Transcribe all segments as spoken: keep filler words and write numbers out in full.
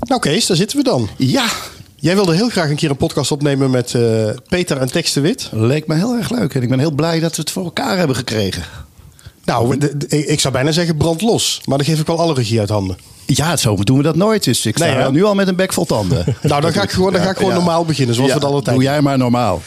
Nou Kees, daar zitten we dan. Ja. Jij wilde heel graag een keer een podcast opnemen met uh, Peter en Tex de Wit. Leek me heel erg leuk. En ik ben heel blij dat we het voor elkaar hebben gekregen. Nou, de, de, ik zou bijna zeggen brand los. Maar dan geef ik wel alle regie uit handen. Ja, zo doen we dat nooit. Dus ik sta nee, nu al met een bek vol tanden. Nou, dan ga ik gewoon, dan ga ik gewoon ja. normaal beginnen. Zoals ja, we het altijd doe jij maar normaal.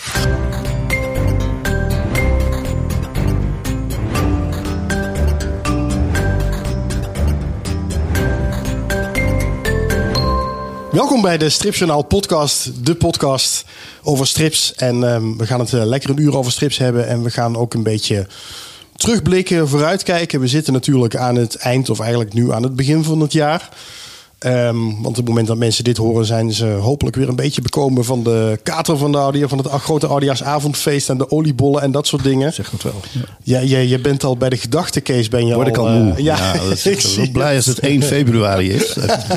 Welkom bij de Stripjournaal podcast, de podcast over strips. En um, we gaan het uh, lekker een uur over strips hebben. En we gaan ook een beetje terugblikken, vooruitkijken. We zitten natuurlijk aan het eind of eigenlijk nu aan het begin van het jaar. Um, want op het moment dat mensen dit horen zijn ze hopelijk weer een beetje bekomen van de kater van de oudejaar, van het grote oudejaarsavondfeest en de oliebollen en dat zo dingen. Zeg het wel. Ja, ja je, je bent al bij de gedachte, Kees, ben je Word al... Word ik al moe. Uh, ja, ja, dat is, ik ben blij als het één februari is.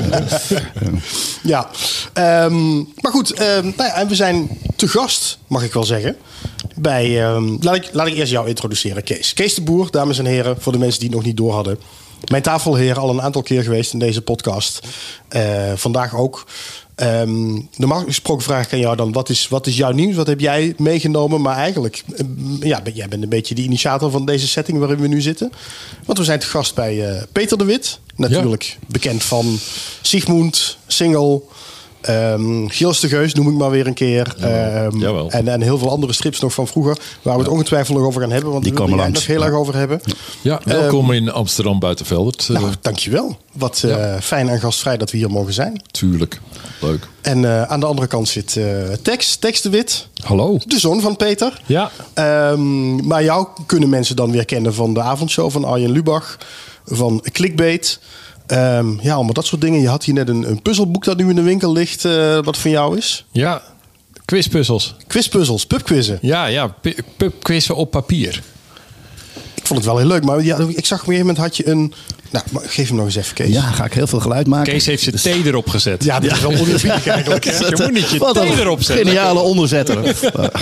ja, um, maar goed, um, nou ja, en we zijn te gast, mag ik wel zeggen. Bij, um, laat, ik, laat ik eerst jou introduceren, Kees. Kees de Boer, dames en heren, voor de mensen die het nog niet door hadden. Mijn tafelheer, al een aantal keer geweest in deze podcast. Uh, vandaag ook. Um, normaal gesproken vraag ik aan jou dan, wat is, wat is jouw nieuws? Wat heb jij meegenomen? Maar eigenlijk, uh, ja, jij bent een beetje de initiator van deze setting waarin we nu zitten. Want we zijn te gast bij uh, Peter de Wit. Natuurlijk ja. bekend van Sigmund, Single... Um, Gilles de Geus noem ik maar weer een keer. Um, en, en heel veel andere strips nog van vroeger. Waar we het ongetwijfeld nog over gaan hebben. Want die daar willen we het nog heel ja. erg over hebben. Ja, welkom um, in Amsterdam Buitenveldert. Nou, dankjewel. Wat uh, ja. fijn en gastvrij dat we hier mogen zijn. Tuurlijk, leuk. En uh, aan de andere kant zit uh, Tex, Tex de Wit. Hallo. De zoon van Peter. Ja. Um, maar jou kunnen mensen dan weer kennen van de avondshow van Arjen Lubach. Van Clickbait. Um, ja, allemaal dat soort dingen. Je had hier net een, een puzzelboek dat nu in de winkel ligt, uh, wat van jou is. Ja, quizpuzzels. Quizpuzzels, pubquizzen. Ja, ja, pubquizzen op papier. Ik vond het wel heel leuk, maar ja, ik zag op een gegeven moment had je een... Nou, geef hem nog eens even, Kees. Ja, ga ik heel veel geluid maken. Kees heeft zijn dus... thee erop gezet. Ja, dit is wel oneerbiedig eigenlijk. Hè? Je moet niet je Wat thee erop zetten. Geniale onderzetter.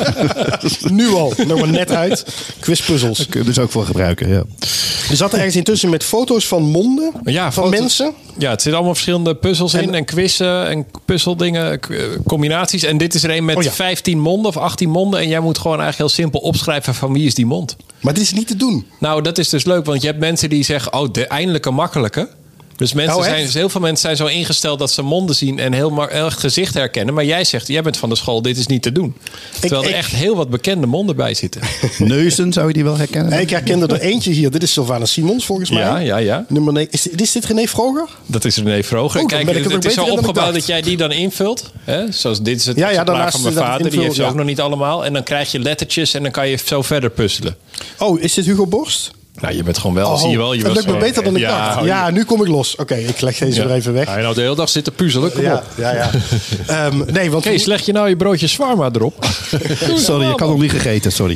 Nu al, nog maar net uit. Quizpuzzels. Daar kun je dus ook voor gebruiken, ja. Er zat er ergens intussen met foto's van monden, ja, van foto's. mensen. Ja, het zitten allemaal verschillende puzzels in en, en quizzen en puzzeldingen, combinaties. En dit is er een met oh ja. vijftien monden of achttien monden. En jij moet gewoon eigenlijk heel simpel opschrijven van wie is die mond. Maar dit is niet te doen. Nou, dat is dus leuk, want je hebt mensen die zeggen, oh, de eindelijk een makkelijke. Dus mensen oh, zijn, dus heel veel mensen zijn zo ingesteld dat ze monden zien en heel erg gezicht herkennen. Maar jij zegt, jij bent van de school, dit is niet te doen. Terwijl ik, er echt heel wat bekende monden bij zitten. Neuzen, zou je die wel herkennen? Nee, ik herkende er eentje hier. Dit is Sylvana Simons, volgens mij. Ja, ja, ja. Nummer negen. Is, is dit René Vroger? Dat is René Vroger. Oh, Kijk, het, het is zo opgebouwd dat jij die dan invult. Hè? Zoals dit is het ja, ja, exemplaar van mijn vader. Invul, die heeft ze ja. ook nog niet allemaal. En dan krijg je lettertjes en dan kan je zo verder puzzelen. Oh, is dit Hugo Borst? Nou, je bent gewoon wel, oh, zie je wel. Je dat lukt me gewoon, beter dan ik ja, dacht. Ja, nu kom ik los. Oké, okay, ik leg deze ja. er even weg. Ga je nou de hele dag zitten puzzelen? Kom ja, op. Ja, ja. um, nee, want Kees, leg je nou je broodje shawarma erop? Sorry, ik had nog niet gegeten, sorry.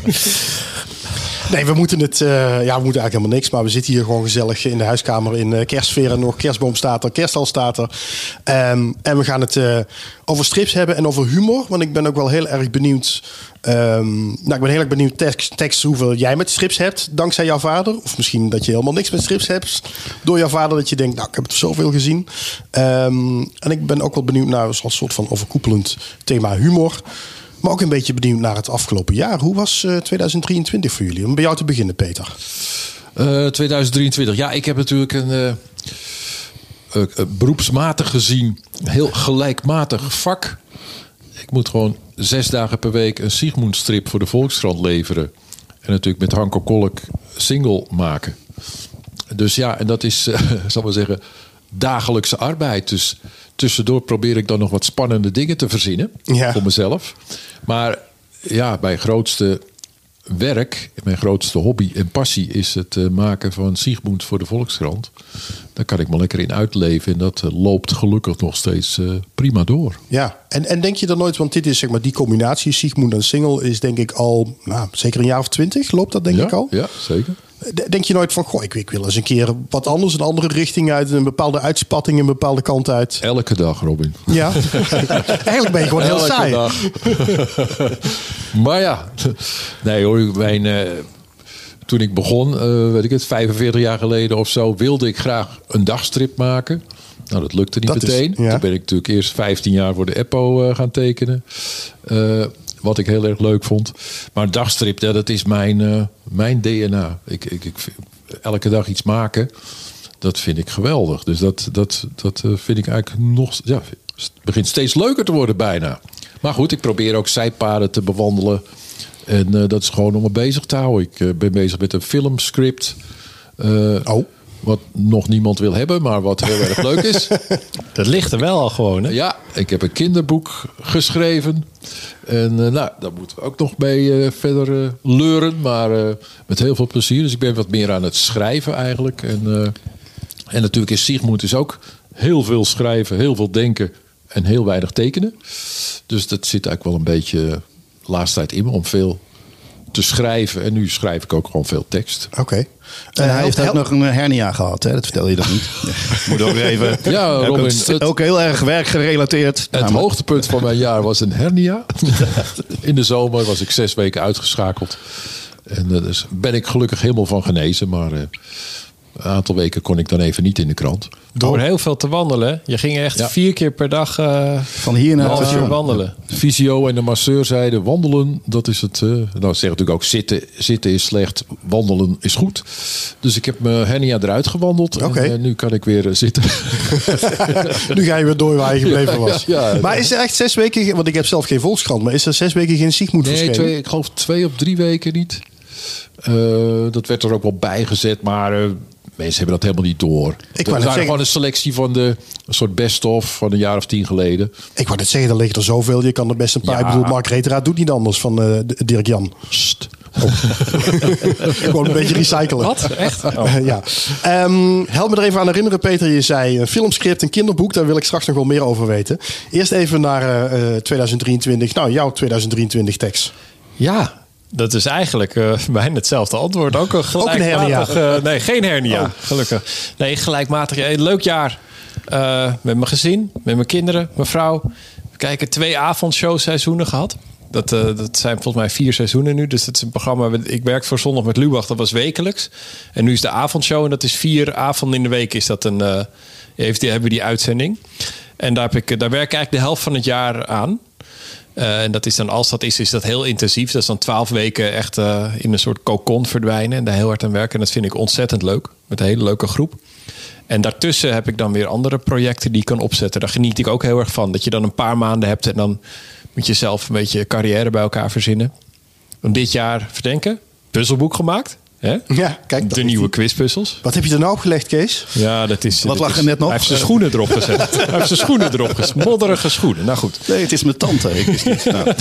Nee, we moeten het... Uh, ja, we moeten eigenlijk helemaal niks. Maar we zitten hier gewoon gezellig in de huiskamer in uh, kerstsfeer. En nog kerstboom staat er, kersthal staat er. Um, en we gaan het uh, over strips hebben en over humor. Want ik ben ook wel heel erg benieuwd... Um, nou, ik ben heel erg benieuwd, Tex, Tex, hoeveel jij met strips hebt dankzij jouw vader. Of misschien dat je helemaal niks met strips hebt door jouw vader. Dat je denkt, nou, ik heb het zoveel gezien. Um, en ik ben ook wel benieuwd naar een soort van overkoepelend thema humor. Maar ook een beetje benieuwd naar het afgelopen jaar. Hoe was uh, tweeduizend drieëntwintig voor jullie? Om bij jou te beginnen, Peter. Uh, tweeduizend drieëntwintig. Ja, ik heb natuurlijk een uh, uh, beroepsmatig gezien heel gelijkmatig vak. Ik moet gewoon zes dagen per week een Sigmund-strip voor de Volkskrant leveren. En natuurlijk met Hanko Kolk single maken. Dus ja, en dat is, uh, zal ik maar zeggen, dagelijkse arbeid. Dus tussendoor probeer ik dan nog wat spannende dingen te verzinnen. Ja. Voor mezelf. Maar ja, mijn grootste werk, mijn grootste hobby en passie is het uh, maken van Sigmund voor de Volkskrant. Daar kan ik me lekker in uitleven. En dat uh, loopt gelukkig nog steeds uh, prima door. Ja, en, en denk je dan nooit, want dit is zeg maar die combinatie Sigmund en single is denk ik al, nou, zeker een jaar of twintig loopt dat denk ja, ik al? Ja, zeker. Denk je nooit van, goh, ik, ik wil eens een keer wat anders, een andere richting uit, een bepaalde uitspatting, een bepaalde kant uit? Elke dag, Robin. Ja, eigenlijk ben je gewoon heel Elke saai. Dag. Maar ja, nee hoor, mijn, uh, toen ik begon, uh, weet ik het, vijfenveertig jaar geleden of zo, wilde ik graag een dagstrip maken. Nou, dat lukte niet dat meteen. Is, ja. Toen ben ik natuurlijk eerst vijftien jaar voor de Eppo uh, gaan tekenen. Uh, wat ik heel erg leuk vond. Maar dagstrip, ja, dat is mijn, uh, mijn D N A. Ik, ik, ik, elke dag iets maken, dat vind ik geweldig. Dus dat, dat, dat uh, vind ik eigenlijk nog... Ja, het begint steeds leuker te worden bijna. Maar goed, ik probeer ook zijpaden te bewandelen. En uh, dat is gewoon om me bezig te houden. Ik uh, ben bezig met een filmscript. Uh, oh. Wat nog niemand wil hebben, maar wat heel erg leuk is. Dat ligt er wel al gewoon, hè? Ja, ik heb een kinderboek geschreven. En uh, nou, daar moeten we ook nog mee uh, verder uh, leuren. Maar uh, met heel veel plezier. Dus ik ben wat meer aan het schrijven eigenlijk. En, uh, en natuurlijk is Sigmund is ook heel veel schrijven, heel veel denken en heel weinig tekenen. Dus dat zit eigenlijk wel een beetje de laatste tijd in me om veel te schrijven. En nu schrijf ik ook gewoon veel tekst. Oké. Okay. En uh, hij heeft ook nog een hernia gehad, hè? Dat vertel je dan niet. Ja, moet ook even. Ja, Robin, het, het, ook heel erg werkgerelateerd. Het namelijk. Hoogtepunt van mijn jaar was een hernia. In de zomer was ik zes weken uitgeschakeld. En daar uh, dus ben ik gelukkig helemaal van genezen. Maar uh, een aantal weken kon ik dan even niet in de krant. Door heel veel te wandelen. Je ging echt ja. vier keer per dag uh, van hier naar het station wandelen. De fysio en de masseur zeiden wandelen, dat is het. Uh, nou, ze zeggen natuurlijk ook zitten, zitten is slecht, wandelen is goed. Dus ik heb mijn hernia eruit gewandeld. Okay. En uh, nu kan ik weer uh, zitten. Nu ga je weer door waar je gebleven was. Ja, ja, ja, maar is er echt zes weken, want ik heb zelf geen Volkskrant, maar is er zes weken geen Sigmund nee, verschenen? Twee, ik geloof twee of drie weken niet. Uh, dat werd er ook wel bijgezet, maar... Uh, mensen hebben dat helemaal niet door. Ik wou zeggen, gewoon een selectie van de een soort best-of van een jaar of tien geleden. Ik wou net zeggen, er liggen er zoveel. Je kan er best een paar. Ja. Ik bedoel, Mark Retera doet niet anders van uh, Dirk Jan. Sst. Oh. Gewoon een beetje recyclen. Wat? Echt? Oh. Uh, ja. Um, help me er even aan herinneren, Peter. Je zei een filmscript, een kinderboek. Daar wil ik straks nog wel meer over weten. Eerst even naar uh, tweeduizend drieëntwintig. Nou, jouw tweeduizend drieëntwintig tekst. Ja. Dat is eigenlijk uh, bijna hetzelfde antwoord. Ook een gelijkmatig... Ook een hernia. Uh, nee, geen hernia. Oh. Gelukkig. Nee, gelijkmatig. Een leuk jaar. Uh, met mijn gezin, met mijn kinderen, mijn vrouw. We kijken twee avondshowseizoenen gehad. Dat, uh, dat zijn volgens mij vier seizoenen nu. Dus dat is een programma... Ik werk voor Zondag met Lubach. Dat was wekelijks. En nu is de avondshow. En dat is vier avonden in de week. Is dat een, uh, heeft die, hebben we die uitzending. En daar, heb ik, daar werk ik eigenlijk de helft van het jaar aan. Uh, en dat is dan, als dat is, is dat heel intensief. Dat is dan twaalf weken echt uh, in een soort cocon verdwijnen. En daar heel hard aan werken. En dat vind ik ontzettend leuk. Met een hele leuke groep. En daartussen heb ik dan weer andere projecten die ik kan opzetten. Daar geniet ik ook heel erg van. Dat je dan een paar maanden hebt en dan moet je zelf een beetje carrière bij elkaar verzinnen. Om dit jaar verdenken. Puzzelboek gemaakt. Hè? Ja, kijk, de nieuwe quizpuzzels. Wat heb je er nou opgelegd, Kees? Ja, dat is. Wat dat lag er is, net nog? Hij heeft zijn schoenen erop gezet. Hij heeft zijn schoenen erop gezet. Modderige schoenen. Nou goed. Nee, het is mijn tante. Ik, is niet, nou.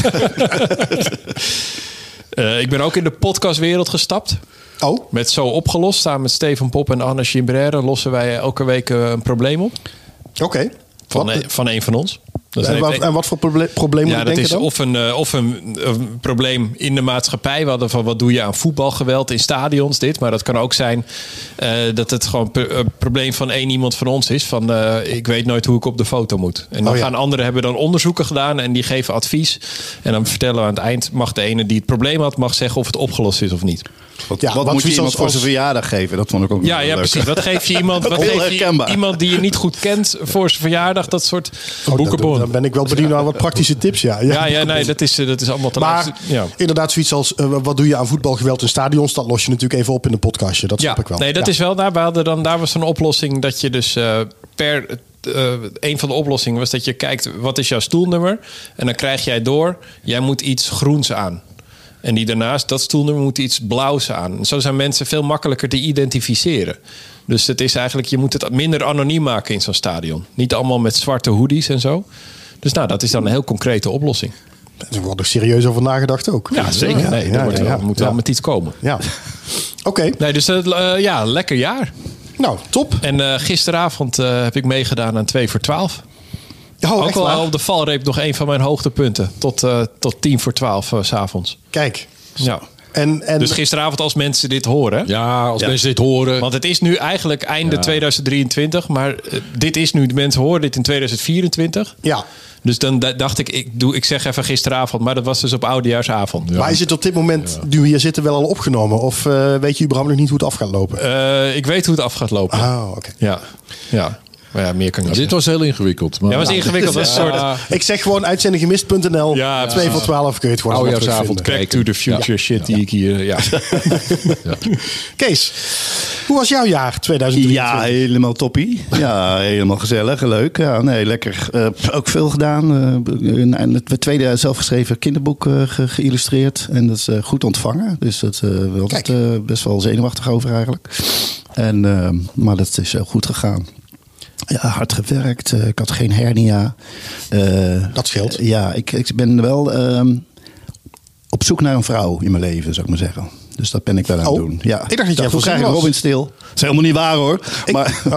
uh, ik ben ook in de podcastwereld gestapt. Oh. Met Zo Opgelost. Samen met Steven Pop en Anne Gimbrère lossen wij elke week een probleem op. Oké. Okay. Van, een, van een van ons. Dat en, wat, en wat voor proble- probleem moet ja, je dat denken is dan? Of, een, uh, of een, een probleem in de maatschappij. We hadden van wat doe je aan voetbalgeweld in stadions, dit. Maar dat kan ook zijn uh, dat het gewoon een pro- probleem van één iemand van ons is. Van uh, ik weet nooit hoe ik op de foto moet. En dan oh, ja. gaan anderen hebben dan onderzoeken gedaan en die geven advies. En dan vertellen we aan het eind, mag de ene die het probleem had, mag zeggen of het opgelost is of niet. Wat, ja, wat, wat moet je iemand als, voor zijn verjaardag geven? Dat vond ik ook ja, ja, leuk. Precies. Wat geef je iemand, wat geef je iemand die je niet goed kent voor zijn verjaardag? Dat soort oh, boekenbon. Dan ben ik wel benieuwd naar wat praktische tips. Ja, ja, ja, ja nee, dat is, dat is allemaal te maar laat. Ja. Inderdaad, zoiets als uh, wat doe je aan voetbalgeweld in stadions? Dat los je natuurlijk even op in een podcastje. Dat snap ja, ik wel. Nee, dat ja. is wel daar. We hadden dan, daar was een oplossing dat je dus uh, per... Uh, een van de oplossingen was dat je kijkt, wat is jouw stoelnummer? En dan krijg jij door, jij moet iets groens aan. En die daarnaast, dat stoelnummer moet iets blauws aan. En zo zijn mensen veel makkelijker te identificeren. Dus het is eigenlijk, je moet het minder anoniem maken in zo'n stadion. Niet allemaal met zwarte hoodies en zo. Dus nou, dat is dan een heel concrete oplossing. Er wordt er serieus over nagedacht ook. Ja, zeker. Nee, ja, er ja, ja, moet wel ja. met iets komen. Ja. Oké. Okay. Nee, dus uh, ja, lekker jaar. Nou, top. En uh, gisteravond uh, heb ik meegedaan aan twee voor twaalf. Oh, ook al op de valreep nog een van mijn hoogtepunten. Tot, uh, tot tien voor twaalf uh, 's avonds. Kijk. Ja. En, en... Dus gisteravond als mensen dit horen. Ja, als ja. mensen dit horen. Want het is nu eigenlijk einde ja. tweeduizend drieëntwintig. Maar uh, dit is nu, de mensen horen dit in tweeduizend vierentwintig. Ja. Dus dan dacht ik, ik, doe, ik zeg even gisteravond. Maar dat was dus op oudejaarsavond. Ja. Maar is het op dit moment, ja. nu we hier zitten, wel al opgenomen? Of uh, weet je überhaupt nog niet hoe het af gaat lopen? Uh, ik weet hoe het af gaat lopen. Oh, oké. Okay. Ja, ja. Maar ja, meer kan ik niet Dit was heel ingewikkeld. Maar Ja, was ingewikkeld. Dat is een soort Ik zeg gewoon uitzending gemist punt n l. Ja, twee voor twaalf kun je het gewoon allemaal Oudejaarsavond terugvinden. back to the future Ja. shit Ja. die ik hier... Ja. Kees, hoe was jouw jaar tweeduizend drieëntwintig? Ja, helemaal toppie. Ja, helemaal gezellig, leuk. Ja, nee, lekker. Uh, ook veel gedaan. Uh, het tweede zelfgeschreven kinderboek uh, ge- geïllustreerd. En dat is uh, goed ontvangen. Dus dat uh, we hadden het uh, best wel zenuwachtig over eigenlijk. En, uh, maar dat is heel goed gegaan. Ja, hard gewerkt. Uh, ik had geen hernia. Uh, Dat scheelt. Uh, ja, ik, ik ben wel uh, op zoek naar een vrouw in mijn leven, zou ik maar zeggen. Dus dat ben ik wel aan het Oh, doen. Ja. ik dacht dat jij Daarvoor krijg ik was. Robin stil. Dat is helemaal niet waar hoor. Ik- maar, oh.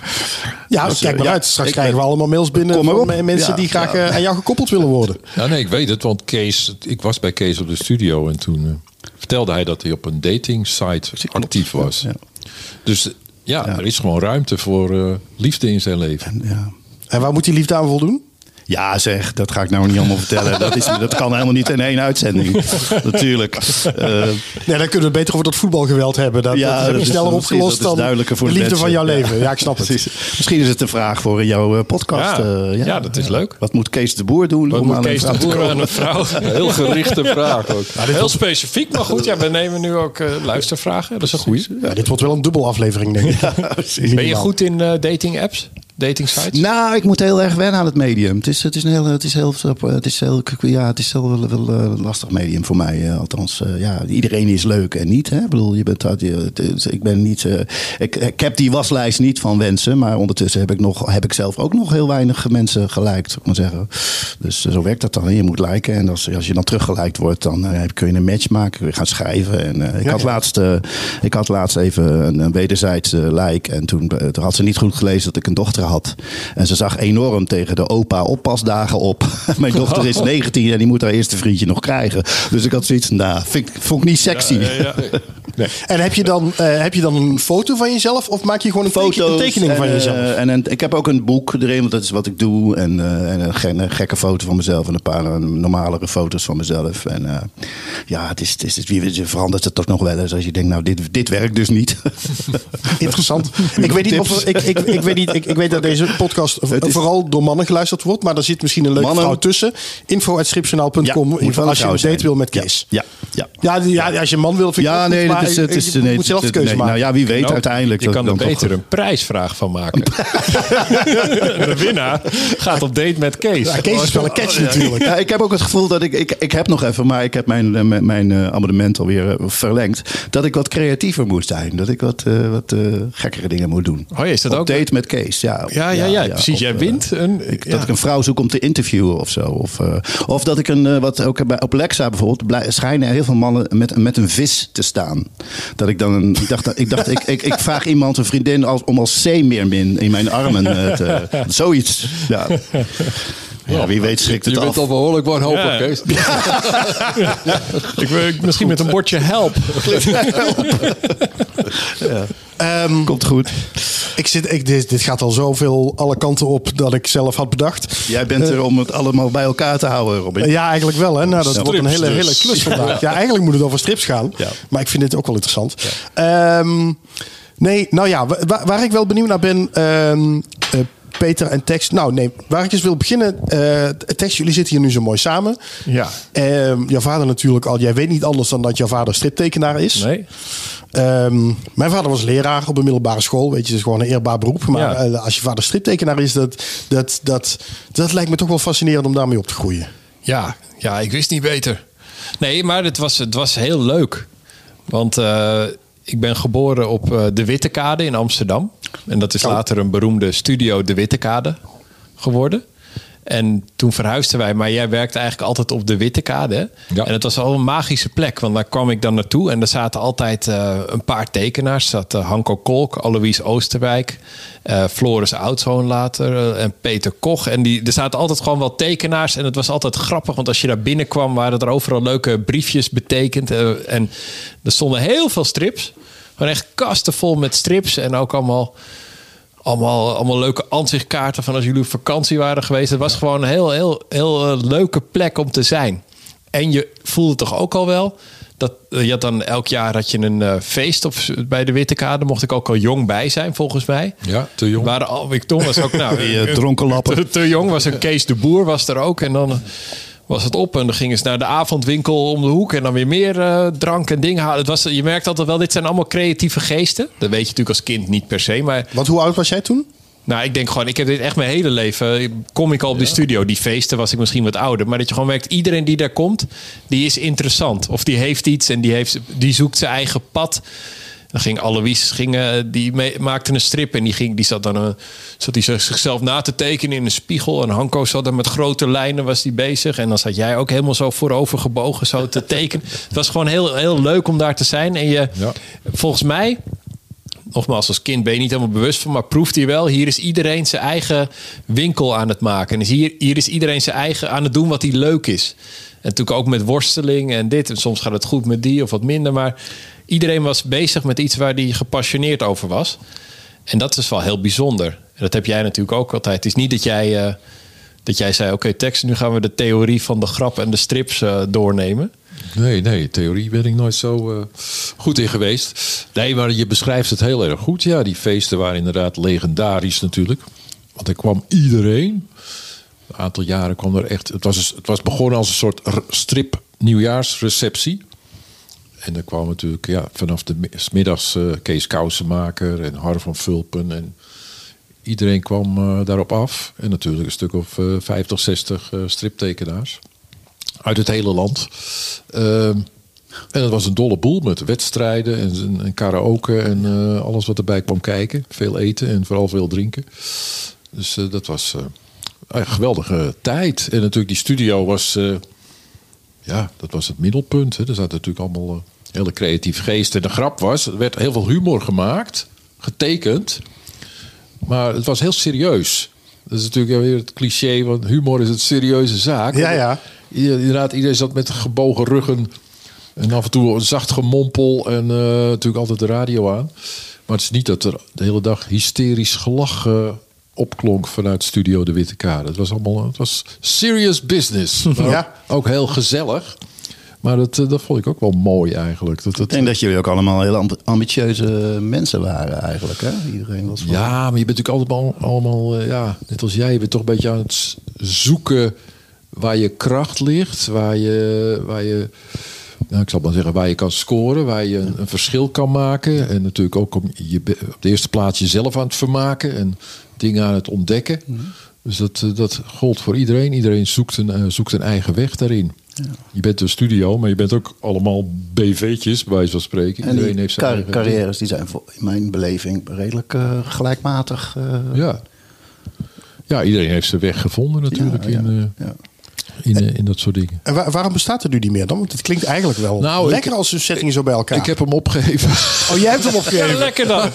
Ja, Dus, kijk maar ja, uit. Straks ik krijgen we ben- allemaal mails binnen Kom maar van op. me- mensen Ja, die graag ja. uh, aan jou gekoppeld willen worden. Ja, nee, ik weet het, want Kees, ik was bij Kees op de studio en toen uh, vertelde hij dat hij op een dating site actief was. Ja. Dus ja, Ja. er is gewoon ruimte voor uh, liefde in zijn leven. ja. En waar moet die liefde aan voldoen? Ja, zeg, dat ga ik nou niet allemaal vertellen. Dat, is, dat kan helemaal niet in één uitzending. Natuurlijk. Uh, Nee, dan kunnen we het beter over dat voetbalgeweld hebben. Dat, Ja, dat heb je dat is- sneller dat is- opgelost dat is dan duidelijker voor de de liefde van jouw mensen. leven. Ja, ik snap het. precies. Misschien is het een vraag voor jouw uh, podcast. Ja. Uh, Ja, dat is leuk. Wat moet Kees de Boer doen? Wat om moet aan een Kees vrouw de te Boer komen? aan een vrouw? Heel gerichte vraag ook. Heel specifiek, maar goed. Ja, we nemen nu ook uh, luistervragen. Dat is een goeie. Ja, dit wordt wel een dubbel aflevering, denk ik. Ben je goed in uh, dating apps? Dating sites? Nou, ik moet heel erg wennen aan het medium. Het is, het is een heel, het is heel, het is heel, ja, het is heel wel, wel uh, lastig medium voor mij. Uh, althans, uh, ja, iedereen is leuk en niet. Hè? Ik bedoel, je bent, uh, ik ben niet. Uh, ik, ik heb die waslijst niet van wensen, maar ondertussen heb ik nog, heb ik zelf ook nog heel weinig mensen geliked, zou ik maar zeggen. Dus uh, zo werkt dat dan. Je moet liken en als, als je dan teruggeliked wordt, dan uh, kun je een match maken, kun je gaan schrijven. En uh, ik Ja, had ja. laatst, uh, ik had laatst even een, een wederzijds uh, like en toen, uh, toen had ze niet goed gelezen dat ik een dochter had. En ze zag enorm tegen de opa oppasdagen op. Mijn dochter is negentien en die moet haar eerste vriendje nog krijgen. Dus ik had zoiets, nou, vind ik, vond ik niet sexy. Ja, ja, ja. Nee. En heb je, dan, uh, heb je dan een foto van jezelf? Of maak je gewoon een, teken- een tekening en, van uh, jezelf? En, en ik heb ook een boek erin, want dat is wat ik doe. En, uh, en een, ge- een gekke foto van mezelf en een paar uh, normalere foto's van mezelf. En uh, ja, het is, het is, het is, je verandert het toch nog wel eens als je denkt, nou, dit, dit werkt dus niet. Interessant. Ik weet niet of ik, ik, ik, weet niet, ik, ik weet dat deze podcast Het is- vooral door mannen geluisterd wordt. Maar er zit misschien een leuke Mannen- vrouw tussen. info at stripjournaal punt com Ja, moet wel als je een een vrouw date zijn. wil met Kees. Ja, ja. Ja, die- ja, als je een man wil, vind ik Ja, het goed, nee, maar het is, het je- is, je nee, moet zelf de het- keuze nee, maken. Nou ja, wie weet Nou, uiteindelijk. Je dat kan ik er dan toch- beter een prijsvraag van maken. De winnaar gaat op date met Kees. Ja, Kees is wel een catch Oh, ja. natuurlijk. Ja, ik heb ook het gevoel dat ik, ik... Ik heb nog even, maar ik heb mijn, eh, mijn, mijn eh, abonnement alweer eh, verlengd. Dat ik wat creatiever moet zijn. Dat ik wat, eh, wat eh, gekkere dingen moet doen. Oh ja, is dat Op ook? date met Kees, ja. Ja, ja, ja, precies. Of, Jij eh, wint een... ik- ja. Dat ik een vrouw zoek om te interviewen of zo. Of, uh, of dat ik een, uh, wat ook bij, op Lexa bijvoorbeeld, blij, schijnen heel veel mannen met, met een vis te staan. Dat ik dan, een, ik dacht, dat- ik, dacht ik, ik, ik vraag iemand, een vriendin, als, om als zeemeermin in mijn armen uh, te, zoiets. Ja. Ja, wie weet schrikt het Je af. bent al behoorlijk wanhopig, Ja. Kees. Ik wil misschien met een bordje help. Ehm, Komt goed. ik zit, ik, dit, dit gaat al zoveel alle kanten op dat ik zelf had bedacht. Jij bent er om het allemaal bij elkaar te houden, Robin. Ja, eigenlijk wel. Hè? Nou, dat Strips wordt een hele, hele dus. klus vandaag. Ja, eigenlijk moet het over strips gaan. Ja. Maar ik vind dit ook wel interessant. Ehm, nee, nou ja, waar, waar ik wel benieuwd naar ben... ehm, eh, Peter en Tex. Nou nee, waar ik eens wil beginnen. Uh, Tex, jullie zitten hier nu zo mooi samen. Ja. Um, jouw vader natuurlijk al. Jij weet niet anders dan dat jouw vader striptekenaar is. Nee. Um, mijn vader was leraar op een middelbare school. Weet je, het is gewoon een eerbaar beroep. Maar Ja. uh, als je vader striptekenaar is, dat, dat, dat, dat lijkt me toch wel fascinerend om daarmee op te groeien. Ja, ja, ik wist niet beter. Nee, maar het was, het was heel leuk. Want uh, ik ben geboren op uh, de Wittekade in Amsterdam. En dat is Oh. later een beroemde studio de Wittekade geworden. En toen verhuisden wij, maar jij werkte eigenlijk altijd op de Wittekade. Hè? Ja. En het was al een magische plek, want daar kwam ik dan naartoe. En daar zaten altijd uh, een paar tekenaars. Er zat uh, Hanko Kolk, Alois Oosterwijk, uh, Floris Oudshoorn later uh, en Peter Koch. En die, er zaten altijd gewoon wel tekenaars. En het was altijd grappig, want als je daar binnenkwam... waren er overal leuke briefjes betekend. Uh, en er stonden heel veel strips. Gewoon echt kasten vol met strips en ook allemaal... Allemaal, allemaal leuke ansichtkaarten van als jullie op vakantie waren geweest. Het was gewoon een heel, heel, heel uh, leuke plek om te zijn. En je voelde toch ook al wel Dat, je had dan elk jaar had je een uh, feest op, bij de Witte Kade. Mocht ik ook al jong bij zijn, volgens mij. Ja, te jong. Waren al, ik Tom was ook nou, Die uh, dronken lappen. Te, te jong was een Kees de Boer was er ook. En dan was het op en dan gingen ze naar de avondwinkel om de hoek. En dan weer meer uh, drank en dingen halen. Het was, je merkt altijd wel, dit zijn allemaal creatieve geesten. Dat weet je natuurlijk als kind niet per se. Maar, Want hoe oud was jij toen? Nou, ik denk gewoon, ik heb dit echt mijn hele leven. Kom ik al op ja. de studio. Die feesten was ik misschien wat ouder. Maar dat je gewoon merkt, iedereen die daar komt, die is interessant. Of die heeft iets en die, heeft, die zoekt zijn eigen pad. Dan ging Alois, ging, uh, die mee, maakte een strip en die, ging, die zat dan uh, zat die zichzelf na te tekenen in een spiegel. En Hanko zat dan met grote lijnen was die bezig. En dan zat jij ook helemaal zo voorover gebogen zo te tekenen. Het was gewoon heel, heel leuk om daar te zijn. En je, ja. volgens mij, nogmaals, als kind ben je niet helemaal bewust van, maar proeft hij wel. Hier is iedereen zijn eigen winkel aan het maken. En dus hier, hier is iedereen zijn eigen aan het doen wat hij leuk is. En natuurlijk ook met worsteling en dit. En soms gaat het goed met die of wat minder. Maar iedereen was bezig met iets waar hij gepassioneerd over was. En dat is wel heel bijzonder. En dat heb jij natuurlijk ook altijd. Het is niet dat jij, uh, dat jij zei, oké, okay, tekst, nu gaan we de theorie van de grap en de strips uh, doornemen. Nee, nee, theorie ben ik nooit zo uh, goed in geweest. Nee, maar je beschrijft het heel erg goed. Ja, die feesten waren inderdaad legendarisch natuurlijk. Want er kwam iedereen. Een aantal jaren kwam er echt... Het was, het was begonnen als een soort strip nieuwjaarsreceptie. En dan kwam natuurlijk ja, vanaf de middags uh, Kees Kousenmaker en Har van Vulpen. En iedereen kwam uh, daarop af. En natuurlijk een stuk of uh, vijftig, zestig uh, striptekenaars. Uit het hele land. Uh, en het was een dolle boel met wedstrijden en, en karaoke en uh, alles wat erbij kwam kijken. Veel eten en vooral veel drinken. Dus uh, dat was uh, een geweldige tijd. En natuurlijk die studio was... Uh, ja, dat was het middelpunt. Hè. Er zaten natuurlijk allemaal uh, hele creatieve geesten. En de grap was, er werd heel veel humor gemaakt. Getekend. Maar het was heel serieus. Dat is natuurlijk weer het cliché, want humor is een serieuze zaak. Ja, ja. Inderdaad, iedereen zat met gebogen ruggen. En af en toe een zacht gemompel. En uh, natuurlijk altijd de radio aan. Maar het is niet dat er de hele dag hysterisch gelach uh, opklonk vanuit Studio de Witte Kade. Het was allemaal, het was serious business. Ja. Ook heel gezellig. Maar dat, dat vond ik ook wel mooi eigenlijk. Dat, dat, ik denk dat jullie ook allemaal heel ambitieuze mensen waren eigenlijk. Hè? Iedereen was van... Ja, maar je bent natuurlijk allemaal, allemaal ja, net als jij, je bent toch een beetje aan het zoeken waar je kracht ligt. Waar je, waar je nou, ik zal maar zeggen, waar je kan scoren. Waar je een, een verschil kan maken. En natuurlijk ook om je op de eerste plaats jezelf aan het vermaken. En dingen aan het ontdekken. Mm-hmm. Dus dat, dat gold voor iedereen. Iedereen zoekt een, uh, zoekt een eigen weg daarin. Ja. Je bent een studio, maar je bent ook allemaal B V'tjes, bij wijze van spreken. En iedereen heeft zijn car- eigen carrières die zijn in mijn beleving redelijk uh, gelijkmatig. Uh... Ja. ja, iedereen heeft zijn weg gevonden natuurlijk ja, ja, in, uh, ja. in, uh, in dat soort dingen. En waar, waarom bestaat het nu niet meer dan? Want het klinkt eigenlijk wel nou, lekker ik, als een setting zo bij elkaar. Ik heb hem opgegeven. Oh, jij hebt hem opgegeven? Ja, lekker dan.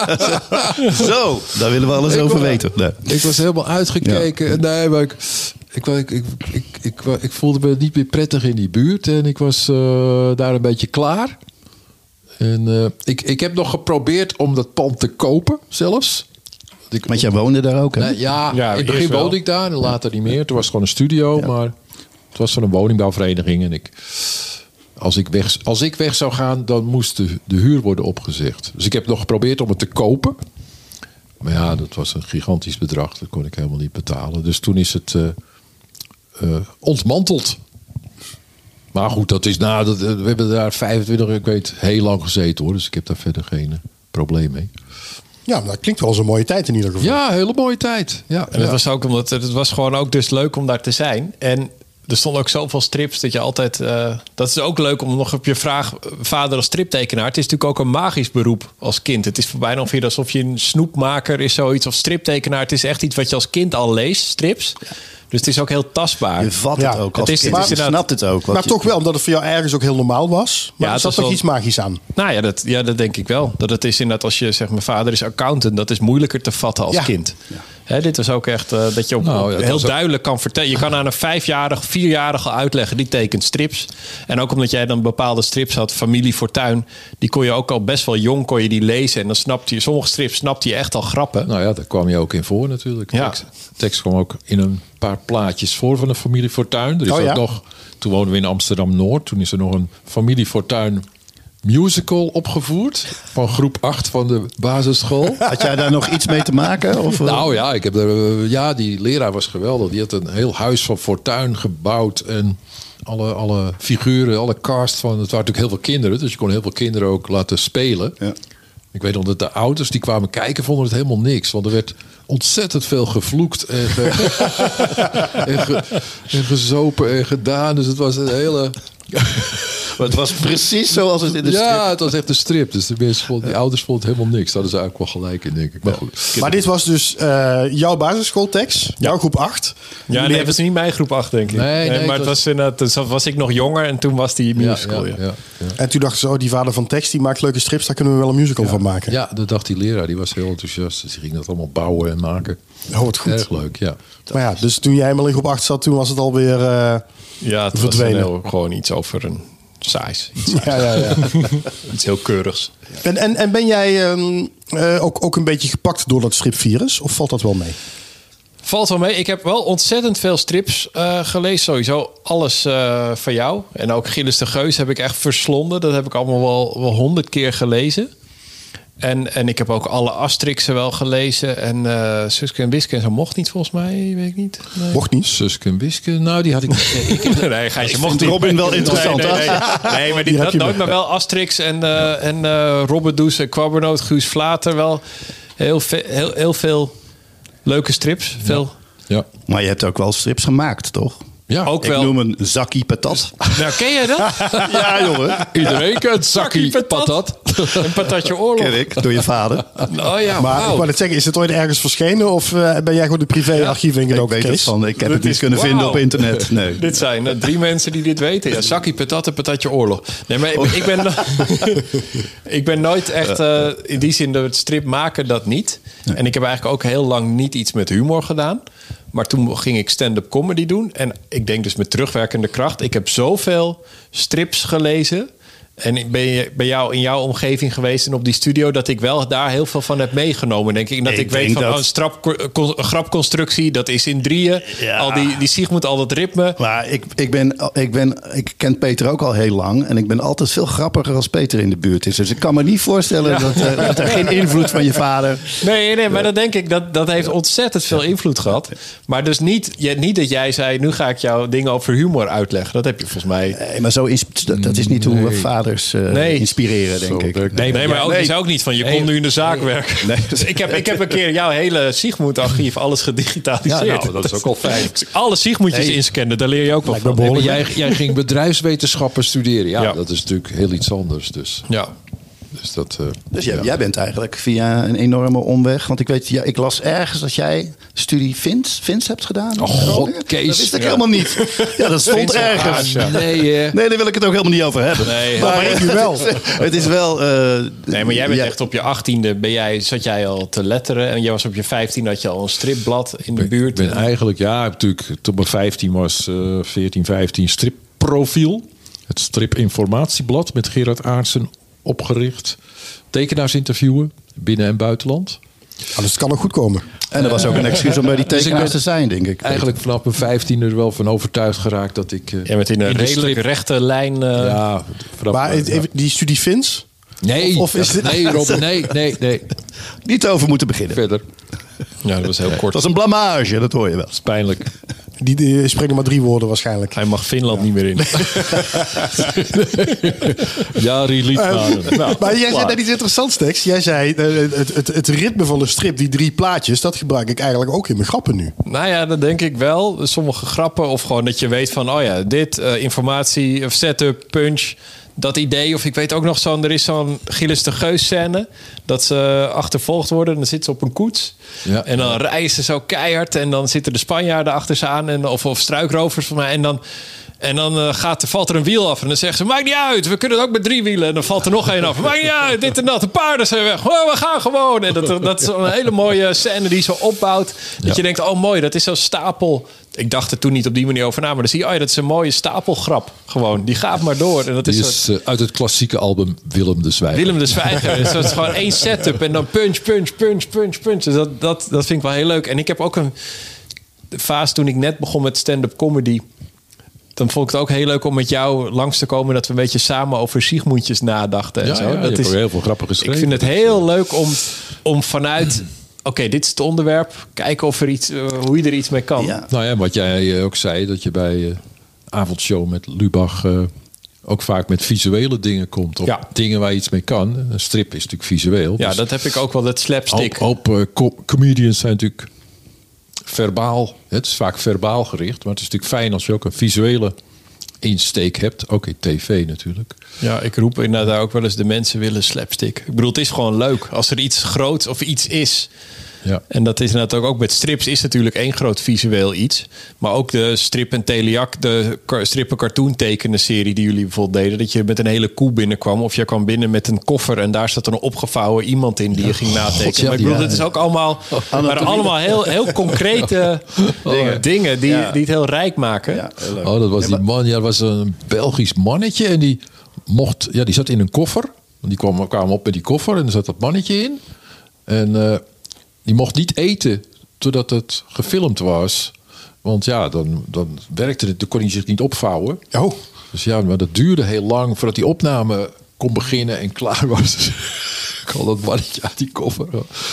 Zo, daar willen we alles ik over was, weten. Nee. Ik was helemaal uitgekeken. Ja. Nee, maar ik... Ik, ik, ik, ik, ik, ik voelde me niet meer prettig in die buurt. En ik was uh, daar een beetje klaar. En uh, ik, ik heb nog geprobeerd om dat pand te kopen zelfs. Ik, Want jij woonde daar ook, hè? Nee, ja, ja, in het begin woonde ik daar en later niet meer. Toen was het gewoon een studio. Ja. Maar het was van een woningbouwvereniging. En ik, als, ik weg, als ik weg zou gaan, dan moest de, de huur worden opgezegd. Dus ik heb nog geprobeerd om het te kopen. Maar ja, dat was een gigantisch bedrag. Dat kon ik helemaal niet betalen. Dus toen is het... Uh, Uh, ontmanteld. Maar goed, dat is na. Dat, uh, we hebben daar vijfentwintig, ik weet, heel lang gezeten hoor. Dus ik heb daar verder geen uh, probleem mee. Ja, maar dat klinkt wel als een mooie tijd in ieder geval. Ja, hele mooie tijd. Ja, en het ja. was ook omdat het was gewoon ook dus leuk om daar te zijn. En er stonden ook zoveel strips dat je altijd... Uh, dat is ook leuk om nog op je vraag... vader als striptekenaar. Het is natuurlijk ook een magisch beroep als kind. Het is voor bijna ongeveer alsof je een snoepmaker is zoiets. Of striptekenaar. Het is echt iets wat je als kind al leest, strips. Ja. Dus het is ook heel tastbaar. Je vat ja, het ook als het is, kind. Het is, je snapt het ook. Maar je... toch wel, omdat het voor jou ergens ook heel normaal was. Maar ja, er zat toch wel... iets magisch aan? Nou ja dat, ja, dat denk ik wel. Dat het is inderdaad als je zegt... mijn vader is accountant. Dat is moeilijker te vatten als ja. kind. Ja. Hè, dit was ook echt uh, dat je op, Nou, ja, op heel ook... duidelijk kan vertellen. Je kan aan een vijfjarige, vierjarige uitleggen, die tekent strips. En ook omdat jij dan bepaalde strips had, Familie Fortuin, die kon je ook al best wel jong kon je die lezen. En dan snapte je, sommige strips snapte je echt al grappen. Nou ja, daar kwam je ook in voor natuurlijk. Ja. Tekst, tekst kwam ook in een paar plaatjes voor van de Familie Fortuin. Er is oh, ook ja? nog, toen woonden we in Amsterdam-Noord. Toen is er nog een Familie Fortuin musical opgevoerd. Van groep acht van de basisschool. Had jij daar nog iets mee te maken? Of, Nou ja, ik heb er, ja, die leraar was geweldig. Die had een heel huis van Fortuin gebouwd. En alle, alle figuren, alle cast van... Het waren natuurlijk heel veel kinderen. Dus je kon heel veel kinderen ook laten spelen. Ja. Ik weet nog dat de ouders die kwamen kijken vonden het helemaal niks. Want er werd ontzettend veel gevloekt en, ge, en, ge, en gezopen en gedaan. Dus het was een hele... Maar het was precies zoals het in de strip. Ja, het was echt een strip. Dus de mensen vonden, die ouders vonden het helemaal niks. Daar hadden ze eigenlijk wel gelijk in, denk ik. Maar goed. Maar dit was dus uh, jouw basisschooltekst, jouw groep acht. Ja, nee, het was niet mijn groep acht, denk ik. Nee, nee, maar het het was, inderdaad, dus was ik nog jonger en toen was die musical. Ja, Ja, ja, ja, ja. En toen dachten ze, oh, die vader van tekst, die maakt leuke strips, daar kunnen we wel een musical van maken. Ja, dat dacht die leraar. Die was heel enthousiast. Dus die ging dat allemaal bouwen en maken. Oh, wat goed. Erg leuk, ja. Maar ja, dus toen jij helemaal in groep acht zat, toen was het alweer uh, ja het verdwenen. was een heel, gewoon iets over een saais. Iets, ja, ja, ja. iets heel keurigs. En, en, en ben jij um, uh, ook, ook een beetje gepakt door dat stripvirus? Of valt dat wel mee? Valt wel mee. Ik heb wel ontzettend veel strips uh, gelezen. Sowieso alles uh, van jou. En ook Gilles de Geus heb ik echt verslonden. Dat heb ik allemaal wel wel honderd keer gelezen. En, en ik heb ook alle Asterixen wel gelezen. En uh, Suske en Wiske en zo mocht niet volgens mij. Weet ik niet. Nee. Mocht niet. Suske en Wiske, nou die had ik niet. Nee, Gijs, je Ik mocht vind niet. Robin wel interessant, Nee, nee, nee. Nee, maar die, Die heb dat je nooit. me. Maar wel Asterix en, uh, en uh, Robbedoes en Kwabbernoot, Guus Vlater. Wel heel, ve- heel, heel veel leuke strips. Veel. Ja, Maar je hebt ook wel strips gemaakt, toch? ja. Ook Ik wel. noem een zakkie patat. Nou, ken jij dat? Ja, jongen. Iedereen kent zakkie patat. Een patatje oorlog. Ken ik, door je vader. Oh ja, Maar wauw. ik wou net zeggen, is het ooit ergens verschenen? Of uh, ben jij gewoon de privéarchief Ik ingedoken, weet het Kees? van. Ik heb Dit het niet is- kunnen vinden wauw. op internet. Nee. Dit zijn uh, drie mensen die dit weten. Ja, zakkie, patat en patatje oorlog. Nee, maar ik, ik, ben, ik ben nooit echt... Uh, in die zin, de strip maken dat niet. En ik heb eigenlijk ook heel lang niet iets met humor gedaan. Maar toen ging ik stand-up comedy doen. En ik denk dus met terugwerkende kracht. Ik heb zoveel strips gelezen. En ik ben je bij jou in jouw omgeving geweest en op die studio, dat ik wel daar heel veel van heb meegenomen, denk ik. En dat ik, Ik weet denk van dat- oh, een, strap, een grapconstructie, dat is in drieën. Ja. Al die, die Sigmund, al dat ritme. Maar ik, ik, ben, ik, ben, ik ken Peter ook al heel lang. En ik ben altijd veel grappiger als Peter in de buurt is. Dus ik kan me niet voorstellen Ja. dat, uh, dat er geen invloed van je vader... Nee, nee, maar dat denk ik, dat, dat heeft ontzettend veel invloed gehad. Maar dus niet, je, niet dat jij zei, nu ga ik jou dingen over humor uitleggen. Dat heb je volgens mij... Nee, maar zo is, dat, dat is niet hoe we vaders uh, Nee. inspireren, denk Zo ik. werkt- Nee, nee, maar ook, nee. die zei ook niet van, je komt nu in de zaak werken. Nee. Dus ik heb, ik heb een keer jouw hele Sigmund-archief, alles gedigitaliseerd. Ja, nou, dat is ook al fijn. Als ik alle Sigmundjes Nee. inscannen, daar leer je ook wel Lijkt me van. Nee, maar behoorlijk. jij, jij ging bedrijfswetenschappen studeren. Ja, Ja. dat is natuurlijk heel iets anders. Dus, Ja. dus dat... uh, Dus jij, ja. jij bent eigenlijk via een enorme omweg. Want ik weet, ja, ik las ergens dat jij studie Vins, Vins hebt gedaan. in Oh, God, Groningen. Kees. Dat wist ik Ja. helemaal niet. Ja, dat stond Vins en ergens. Haas, ja. Nee, eh, Nee, daar wil ik het ook helemaal niet over hebben. Nee, Maar ik nu wel. Het is wel... uh, Nee, maar jij bent ja, echt op je achttiende ben jij, zat jij al te letteren. En jij was op je vijftien had je al een stripblad in de Ik buurt. ben eigenlijk, ja, ik heb natuurlijk tot mijn vijftien was, uh, veertien, vijftien stripprofiel. Het stripinformatieblad met Gerard Aartsen opgericht. Tekenaars interviewen, binnen- en buitenland. Ah, dus het kan nog goed komen. En er was ook een excuus om bij die Dus ik tekenaars ben te zijn, denk ik. Eigenlijk vanaf mijn vijftiende er wel van overtuigd geraakt dat ik... uh, Jij bent in een in de redelijk strip- rechte lijn. uh, Ja, vanaf, Maar uh, even, die studie Fins? nee, of- of is dit- nee, Rob, nee, nee, nee. Niet over moeten beginnen. Verder. ja, dat was heel kort. Dat was een blamage, dat hoor je wel. Dat is pijnlijk. Die, die spreken maar drie woorden waarschijnlijk. Hij mag Finland niet meer in. Ja, relief Uh, nou, maar jij zei net iets interessants, Tex. Jij zei, uh, het, het, het ritme van de strip, die drie plaatjes, dat gebruik ik eigenlijk ook in mijn grappen nu. Nou ja, dat denk ik wel. Sommige grappen of gewoon dat je weet van, oh ja, dit, uh, informatie, of setup, punch. dat idee, of ik weet ook nog zo'n... Er is zo'n Gilles de Geus scène... dat ze achtervolgd worden. Dan zitten ze op een koets. Ja. En dan rijden ze zo keihard. En dan zitten de Spanjaarden achter ze aan. En, of, of struikrovers van mij. En dan... En dan uh, gaat, valt er een wiel af. En dan zeggen ze, maakt niet uit. We kunnen het ook met drie wielen. En dan valt er nog één af. Maakt niet uit. Dit en dat. De paarden zijn weg. Oh, we gaan gewoon. En dat, dat is een hele mooie scène die zo opbouwt. Dat ja. je denkt, oh mooi. Dat is zo'n stapel. Ik dacht er toen niet op die manier over na. Maar dan zie je, oh ja, dat is een mooie stapelgrap. Gewoon. Die gaat maar door. En dat die is, is soort... uh, uit het klassieke album Willem de Zwijger. Willem de Zwijger. Dus dat is gewoon één setup. En dan punch, punch, punch, punch, punch. Dus dat, dat, dat vind ik wel heel leuk. En ik heb ook een fase toen ik net begon met stand-up comedy... Dan vond ik het ook heel leuk om met jou langs te komen... dat we een beetje samen over Siegmundjes nadachten. En ja, zo. Ja, dat je is hebt heel veel grappig geschreven. Ik vind het heel leuk om, om vanuit... Oké, okay, dit is het onderwerp. Kijken of er iets, uh, hoe je er iets mee kan. Ja. Nou ja, wat jij ook zei... dat je bij uh, avondshow met Lubach... Uh, ook vaak met visuele dingen komt. Of ja. dingen waar je iets mee kan. Een strip is natuurlijk visueel. Ja, dus dat heb ik ook wel, dat slapstick. Hoop, hoop uh, co- comedians zijn natuurlijk... verbaal. Het is vaak verbaal gericht. Maar het is natuurlijk fijn als je ook een visuele... insteek hebt, ook in tv natuurlijk. Ja, ik roep inderdaad ook wel eens de mensen willen slapstick. Ik bedoel, het is gewoon leuk als er iets groots of iets is. Ja. En dat is inderdaad ook, ook met strips is natuurlijk één groot visueel iets. Maar ook de strip en Teliak, de strip en cartoon tekenen serie die jullie bijvoorbeeld deden. Dat je met een hele koe binnenkwam. Of je kwam binnen met een koffer en daar zat er een opgevouwen iemand in die je ging natekenen. God, ja, maar ik bedoel, het is ook allemaal, maar allemaal heel, heel concrete dingen, dingen die, ja. die het heel rijk maken. Ja, heel oh, dat was die man, ja, dat was een Belgisch mannetje en die mocht, ja, die zat in een koffer. Die kwam, kwam op met die koffer en er zat dat mannetje in. En uh, die mocht niet eten totdat het gefilmd was. Want ja, dan, dan werkte het, dan kon hij zich niet opvouwen. Oh. Dus ja, maar dat duurde heel lang voordat die opname kon beginnen en klaar was. Dus ik had dat mannetje uit die koffer.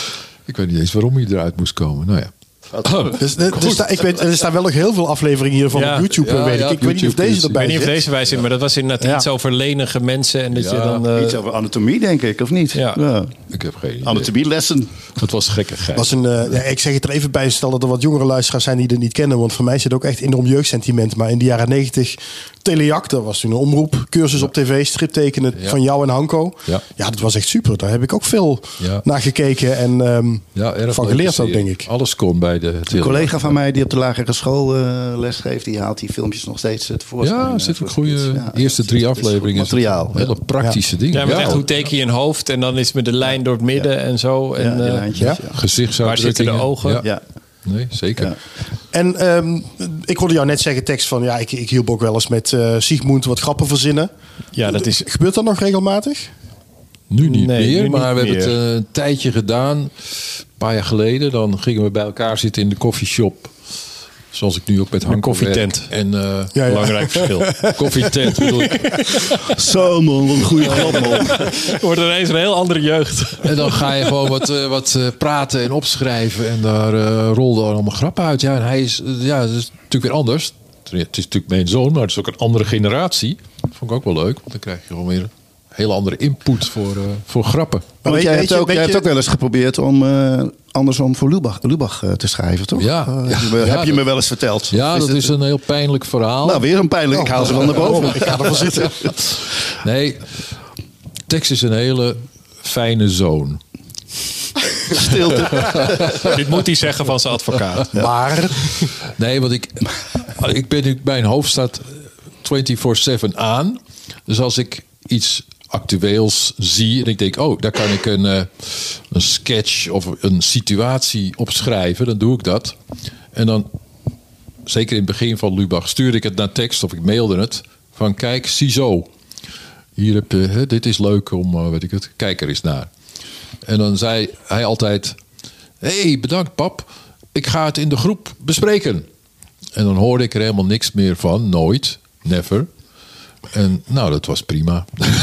Ik weet niet eens waarom hij eruit moest komen. Nou ja. Oh, dus, dus, dus sta, ik weet, er staan wel nog heel veel afleveringen hiervan ja, op YouTube. Ja, weet ik. Ja, ik weet niet of deze erbij zit. Ik weet niet of deze bij zit, ja. maar dat was inderdaad ja. iets over lenige mensen. En dat ja. je dan, uh... iets over anatomie, denk ik, of niet? Ja. Ja. Ik heb geen idee. Anatomie-lessen. Het was gekkigheid. Was een, uh, ja, ik zeg het er even bij, stel dat er wat jongere luisteraars zijn die het niet kennen. Want voor mij zit ook echt enorm jeugdsentiment. Maar in de jaren negentig, Teliak, dat was toen een omroep. Cursus ja. op tv, striptekenen ja. van jou en Hanko. Ja. ja, dat was echt super. Daar heb ik ook veel ja. naar gekeken en um, ja, van geleerd ook, denk ik. Alles kon bij de Een collega van mij die op de lagere school uh, les geeft, die haalt die filmpjes nog steeds uh, tevoorschijn. Ja, er zitten uh, goede ja, eerste drie afleveringen. Materiaal. Hele praktische ja. dingen. Ja, maar echt, hoe teken je een hoofd en dan is het met de lijn door het midden ja. en zo. En, ja, uh, lijntjes, ja. Ja. Gezichtsuitdrukkingen. Waar zitten de ogen? Ja. ja. Nee, zeker. Ja. En um, ik hoorde jou net zeggen, tekst van ja, ik, ik hielp ook wel eens met uh, Siegmund wat grappen verzinnen. Ja, dat is... Gebeurt dat nog regelmatig? Nu niet nee, meer, nu maar niet we meer. hebben het uh, een tijdje gedaan. Een paar jaar geleden. Dan gingen we bij elkaar zitten in de koffieshop. Zoals ik nu ook met Hanko koffietent. En uh, ja, ja. belangrijk verschil. Koffietent bedoel ik. Zo man, wat een goede grap man. Wordt ineens een heel andere jeugd. En dan ga je gewoon wat, uh, wat uh, praten en opschrijven. En daar uh, rolden allemaal grappen uit. Ja, en hij is, uh, ja, dat is natuurlijk weer anders. Het is natuurlijk mijn zoon, maar het is ook een andere generatie. Dat vond ik ook wel leuk. Want dan krijg je gewoon weer een hele andere input voor, uh, voor grappen. Maar want jij, hebt ook, jij hebt ook wel eens geprobeerd om uh, andersom voor Lubach, Lubach uh, te schrijven, toch? Ja. Uh, ja, heb ja, je dat, me wel eens verteld? Ja, is dat het, is een heel pijnlijk verhaal. Nou, weer een pijnlijk. Oh, ik haal ze wel naar boven. Oh, ik ga ervan zitten. Nee, Tex is een hele fijne zoon. Stilte. Dit moet hij zeggen van zijn advocaat. Ja. Maar... Nee, want ik, ik ben nu, mijn hoofd staat vierentwintig zeven aan. Dus als ik iets actueels zie en ik denk, oh, daar kan ik een, uh, een sketch of een situatie opschrijven, dan doe ik dat. En dan, zeker in het begin van Lubach, stuurde ik het naar tekst of ik mailde het. Van kijk, ziezo. Hier heb je, dit is leuk om, uh, weet ik het, kijk er eens naar. En dan zei hij altijd, hé, hey, bedankt pap, ik ga het in de groep bespreken. En dan hoorde ik er helemaal niks meer van, nooit, never. En nou, dat was prima.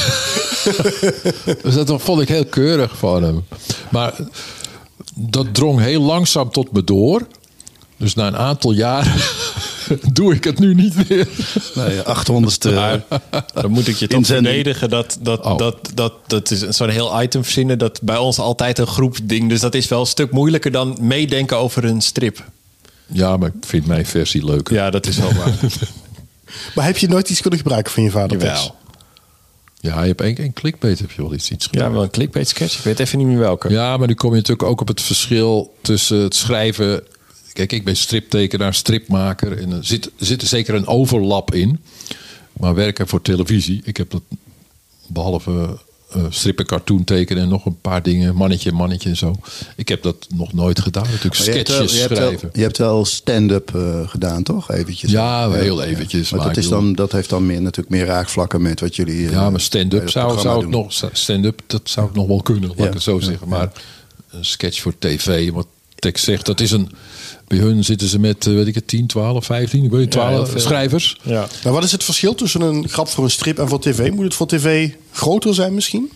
Dus dat vond ik heel keurig van hem. Maar dat drong heel langzaam tot me door. Dus na een aantal jaren doe ik het nu niet meer. Nee, achthonderdste. Maar dan moet ik je toch verdedigen. Dat, dat, oh. dat, dat, dat is zo'n heel item verzinnen. Dat bij ons altijd een groepding. Dus dat is wel een stuk moeilijker dan meedenken over een strip. Ja, maar ik vind mijn versie leuker. Ja, dat is wel waar. Maar heb je nooit iets kunnen gebruiken van je vader? Jawel. Ja, je hebt één, één clickbait, heb je wel iets, iets gedaan. Ja, wel een clickbait sketch. Ik weet even niet meer welke. Ja, maar nu kom je natuurlijk ook op het verschil tussen het schrijven. Kijk, ik ben striptekenaar, stripmaker. En er zit, er zit er zeker een overlap in. Maar werken voor televisie. Ik heb dat behalve uh, strippen, cartoon tekenen en nog een paar dingen. Mannetje, mannetje en zo. Ik heb dat nog nooit gedaan. Natuurlijk sketches je hebt wel, schrijven. Je hebt wel, je hebt wel stand-up uh, gedaan, toch? Eventjes. Ja, heel eventjes. Maar, maar dat, is bedoel, dan, dat heeft dan meer, natuurlijk meer raakvlakken met wat jullie... Uh, ja, maar stand-up zou, zou ik nog, stand-up, dat zou ik nog wel kunnen, laat Ja, ik het zo ja, zeggen. Maar een sketch voor tv, wat tekst zegt, dat is een... Bij hun zitten ze met, weet ik het, tien, twaalf, vijftien, ik weet niet, twaalf Ja, schrijvers. Ja. Maar wat is het verschil tussen een grap voor een strip en voor tv? Moet het voor tv groter zijn misschien?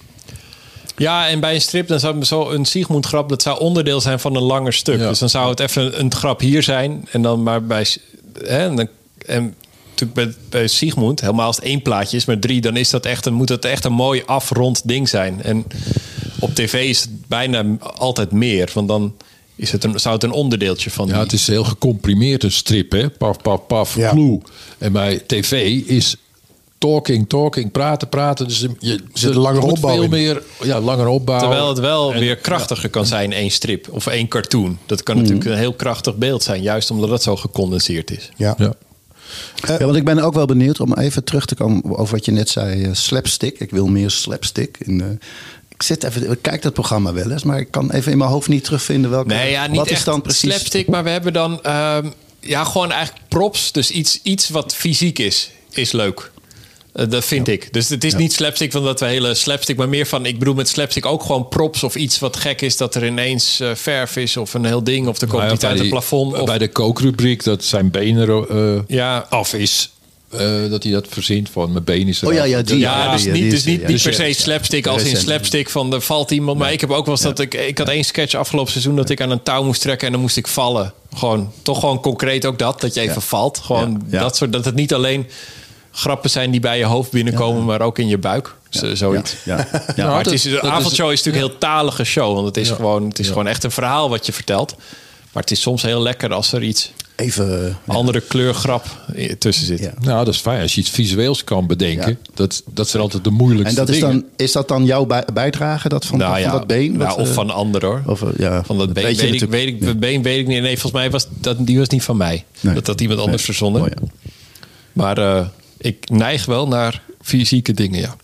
Ja, en bij een strip dan zou zo een Sigmund grap, dat zou onderdeel zijn van een langer stuk. Ja. Dus dan zou het even een grap hier zijn en dan maar bij hè, en, dan, en natuurlijk bij, bij Sigmund, helemaal als het één plaatje is, maar drie, dan is dat echt een, moet dat echt een mooi afrond ding zijn. En op tv is het bijna altijd meer, want dan is het een, zou het een onderdeeltje van. Ja, die... het is heel gecomprimeerd een strip, hè? Paf, paf, paf, Ja. clue. En bij tv is talking, talking, praten, praten. Dus je zit een langere moet opbouw veel in. meer, ja, langer opbouwen. Terwijl het wel En- weer krachtiger kan zijn, één strip of één cartoon. Dat kan natuurlijk een heel krachtig beeld zijn, juist omdat het zo gecondenseerd is. Ja. Ja. Ja, want ik ben ook wel benieuwd om even terug te komen over wat je net zei. Uh, slapstick. Ik wil meer slapstick. In, uh, ik zit even, ik kijk dat programma wel eens, maar ik kan even in mijn hoofd niet terugvinden welke. Nee, ja, niet wat echt is dan precies? slapstick, maar we hebben dan ehm, ja, gewoon eigenlijk props. Dus iets, iets wat fysiek is, is leuk. Uh, dat vind ik. Dus het is niet slapstick van dat we hele slapstick, maar meer van, ik bedoel met slapstick ook gewoon props of iets wat gek is, dat er ineens uh, verf is of een heel ding of er komt Nou ja, iets uit bij het die- plafond. Of, Bij de kookrubriek, dat zijn benen uh, ja, af is. Uh, dat hij dat verzint van mijn been is Oh ja, ja, die. ja, ja, dus die, niet, die dus is- niet, ja. niet Dus per ja, se ja. slapstick als in Recent. slapstick van er valt iemand. Maar ik heb ook wel eens dat ik... Ik had één sketch afgelopen seizoen dat ik aan een touw moest trekken en dan moest ik vallen. Gewoon, toch gewoon concreet ook dat, dat je even Ja. valt. Gewoon Ja, ja. dat soort, dat het niet alleen grappen zijn die bij je hoofd binnenkomen, maar ook in je buik. Zo, zoiets. Ja, ja. Ja, Ja. maar het dat- is, de dat is- avondshow is natuurlijk een heel talige show. Want het is, Ja. gewoon, het is Ja. gewoon echt een verhaal wat je vertelt. Maar het is soms heel lekker als er iets Even. ja. andere kleurgrap i- tussen zit. Ja. Nou, dat is fijn. Als je iets visueels kan bedenken, Ja. dat, dat zijn altijd de moeilijkste En dat is dingen. dan, is dat dan jouw bij- bijdrage, dat van, Nou van ja, dat been? nou, Wat, of eh, van anderen hoor. of, eh, ja, Van dat been weet je weet, ik, natuurlijk- weet ik, dat been weet ik niet. Nee, volgens mij was dat, die was niet van mij. Nee. Dat had iemand anders Nee. verzonnen. Oh, ja. Maar eh, ik neig wel naar fysieke dingen, ja.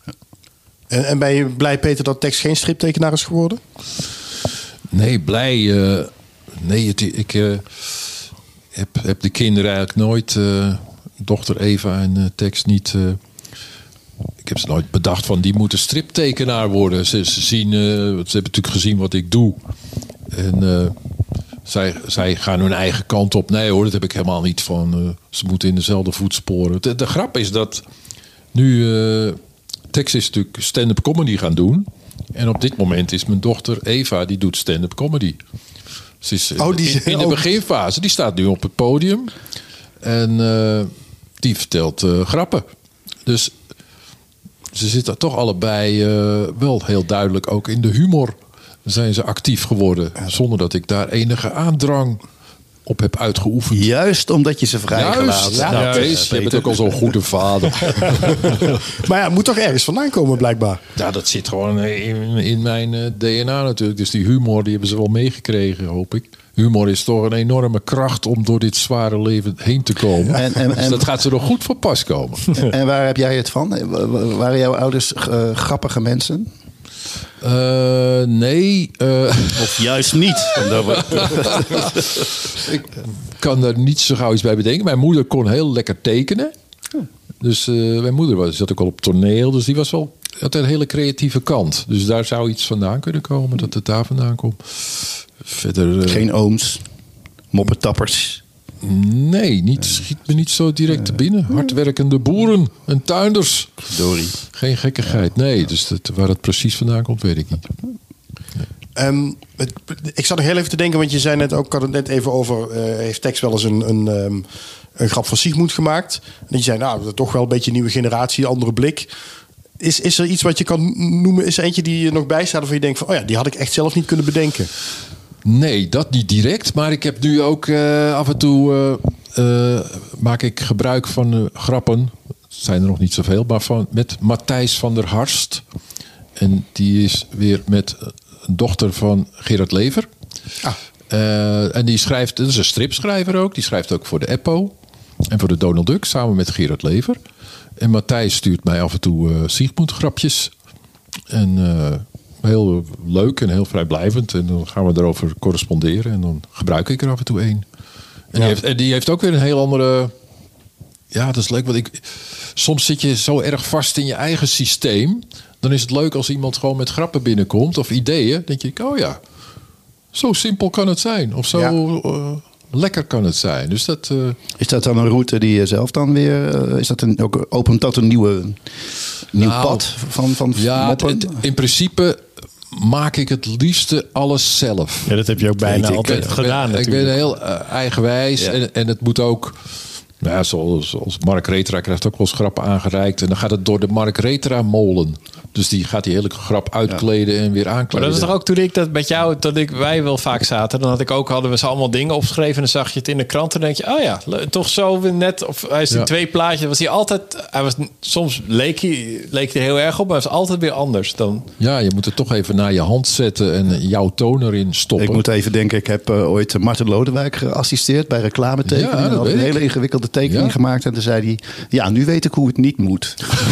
En, en ben je blij, Peter, dat tekst geen striptekenaar is geworden? Nee, blij. eh, nee, het, ik eh, heb, heb de kinderen eigenlijk nooit, eh, dochter Eva en eh, tekst niet. eh, ik heb ze nooit bedacht van die moeten striptekenaar worden. Ze, ze, zien, eh, ze hebben natuurlijk gezien wat ik doe. En eh, zij, zij gaan hun eigen kant op. Nee hoor, dat heb ik helemaal niet van. eh, ze moeten in dezelfde voetsporen. De, de grap is dat nu eh tekst is natuurlijk stand-up comedy gaan doen. En op dit moment is mijn dochter Eva, die doet stand-up comedy. Ze is Oh, die is- in, in de oh. beginfase. Die staat nu op het podium. En eh, die vertelt eh, grappen. Dus ze zitten toch allebei eh, wel heel duidelijk ook in de humor zijn ze actief geworden. Zonder dat ik daar enige aandrang op heb uitgeoefend. Juist omdat je ze vrijgelaten Juist. hebt. Ja, Nou, Kees, je bent ook al zo'n goede vader. Maar ja, het moet toch ergens vandaan komen, blijkbaar. Ja, dat zit gewoon in, in mijn eh, D N A natuurlijk. Dus die humor, die hebben ze wel meegekregen, hoop ik. Humor is toch een enorme kracht om door dit zware leven heen te komen. En- en- dus en- dat gaat ze nog goed voor pas komen. En waar heb jij het van? Wa- wa- Waren jouw ouders eh, grappige mensen? Eh, nee, eh, Of juist niet? ik kan daar niet zo gauw iets bij bedenken. Mijn moeder kon heel lekker tekenen. Dus eh, mijn moeder was, zat ook al op toneel. Dus die was wel, had een hele creatieve kant. Dus daar zou iets vandaan kunnen komen, dat het daar vandaan komt. Verder... eh, Geen ooms, moppetappers. Nee, niet, schiet me niet zo direct te binnen. Hardwerkende boeren en tuinders. Dorie. Geen gekkigheid. Nee, dus dat, waar het precies vandaan komt, weet ik niet. Ehm, het- ik zat nog heel even te denken, want je zei net ook, ik had het net even over, eh, heeft Tex wel eens een, een, ehm, een grap van Sigmund gemaakt? En die zei, nou, dat is toch wel een beetje nieuwe generatie, andere blik. Is, is er iets wat je kan noemen, is er eentje die je nog bijstaat waarvan je denkt van, oh ja, die had ik echt zelf niet kunnen bedenken? Nee, dat niet direct. Maar ik heb nu ook eh, af en toe eh, eh, maak ik gebruik van eh, grappen. zijn er nog niet zoveel. Maar van, met Matthijs van der Harst. En die is weer met een dochter van Gerard Lever. Ah. Uh, en die schrijft, dat is een stripschrijver ook. Die schrijft ook voor de Eppo. En voor de Donald Duck, samen met Gerard Lever. En Matthijs stuurt mij af en toe uh, Sigmund grapjes. En uh, heel leuk en heel vrijblijvend. En dan gaan we erover corresponderen. En dan gebruik ik er af en toe één. En, ja. die, heeft, en die heeft ook weer een heel andere... Ja, dat is leuk. Want ik, soms zit je zo erg vast in je eigen systeem. Dan is het leuk als iemand gewoon met grappen binnenkomt. Of ideeën. Dan denk ik, oh ja, zo simpel kan het zijn. Of zo... Ja. Uh, Lekker kan het zijn. Dus dat, uh... Is dat dan een route die je zelf dan weer... Uh, is dat een, ook, opent dat een nieuwe, nieuw nou, pad van, van ja, het, het, in principe maak ik het liefste alles zelf. Ja, dat heb je ook bijna ik, altijd ik, gedaan ben, Ik ben heel uh, eigenwijs. Ja. En, en het moet ook... Nou ja, zoals, zoals Mark Retera krijgt ook wel eens grappen aangereikt. En dan gaat het door de Mark Retera molen. Dus die gaat die hele grap uitkleden ja. en weer aankleden. Maar dat is toch ook toen ik dat met jou, dat ik wij wel vaak zaten. Dan had ik ook, hadden we ze allemaal dingen opgeschreven. En dan zag je het in de krant. En dan denk je, oh ja, toch zo net. Of hij is die ja. twee plaatjes. Was hij altijd. Hij was soms leek hij, leek hij heel erg op, maar hij was altijd weer anders dan. Ja, je moet het toch even naar je hand zetten en jouw toon erin stoppen. Ik moet even denken, ik heb uh, ooit Martin Lodewijk geassisteerd bij reclametekeningen. Ja, dat had een hele ingewikkelde tekening ja. gemaakt. En toen zei hij, ja, nu weet ik hoe het niet moet.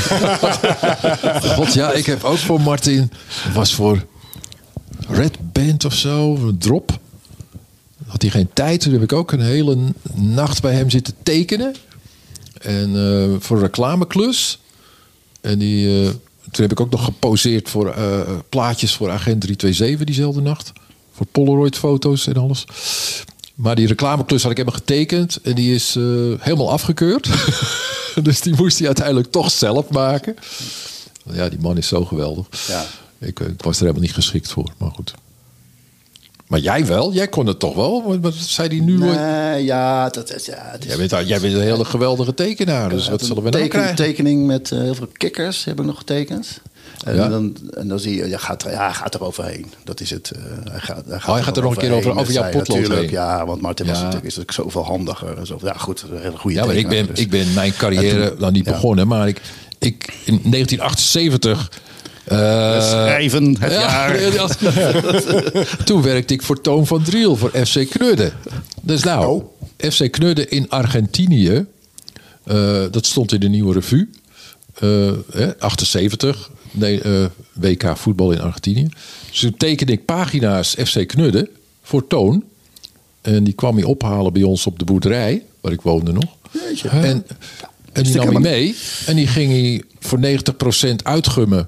God, ja, ik heb ook voor Martin, was voor Red Band of zo, een drop. Had hij geen tijd, toen heb ik ook een hele nacht bij hem zitten tekenen. En uh, voor een reclameklus. En die, uh, toen heb ik ook nog geposeerd voor uh, plaatjes voor Agent drie twee zeven diezelfde nacht. Voor Polaroid foto's en alles. Maar die reclameklus had ik helemaal getekend. En die is uh, helemaal afgekeurd. Dus die moest hij uiteindelijk toch zelf maken. Ja, die man is zo geweldig. Ja. Ik, ik was er helemaal niet geschikt voor, maar goed. Maar jij wel? Jij kon het toch wel? Wat zei die nu? Nee, ja, dat is... Ja, het is... Jij, bent, jij bent een hele geweldige tekenaar. Dus wat zullen we nou teken, krijgen? Tekening met uh, heel veel kikkers heb ik nog getekend. En, ja. dan, en dan zie je, ja, gaat er, ja, gaat er overheen. Dat is het. Uh, hij gaat, hij gaat, oh, hij gaat er nog een keer over, over jouw potlood heen. Ja, want Martin ja. was natuurlijk, is natuurlijk zoveel handiger. En zo. Ja, goed, een hele goede ja, maar ik ben, dus. ik ben mijn carrière toen, dan niet ja. begonnen, maar ik, ik in negentien achtenzeventig... Uh, Schrijven, het ja, jaar. Toen werkte ik voor Toon van Driel, voor F C Knudden. Dus nou, oh. F C Knudden in Argentinië. Uh, dat stond in de Nieuwe Revue. Uh, eh, achtenzeventig. Nee, uh, W K voetbal in Argentinië. Dus toen tekende ik pagina's F C Knudden voor Toon. En die kwam hij ophalen bij ons op de boerderij, waar ik woonde nog. Jeetje. En, en die nam hij mee. En die ging hij voor negentig procent uitgummen.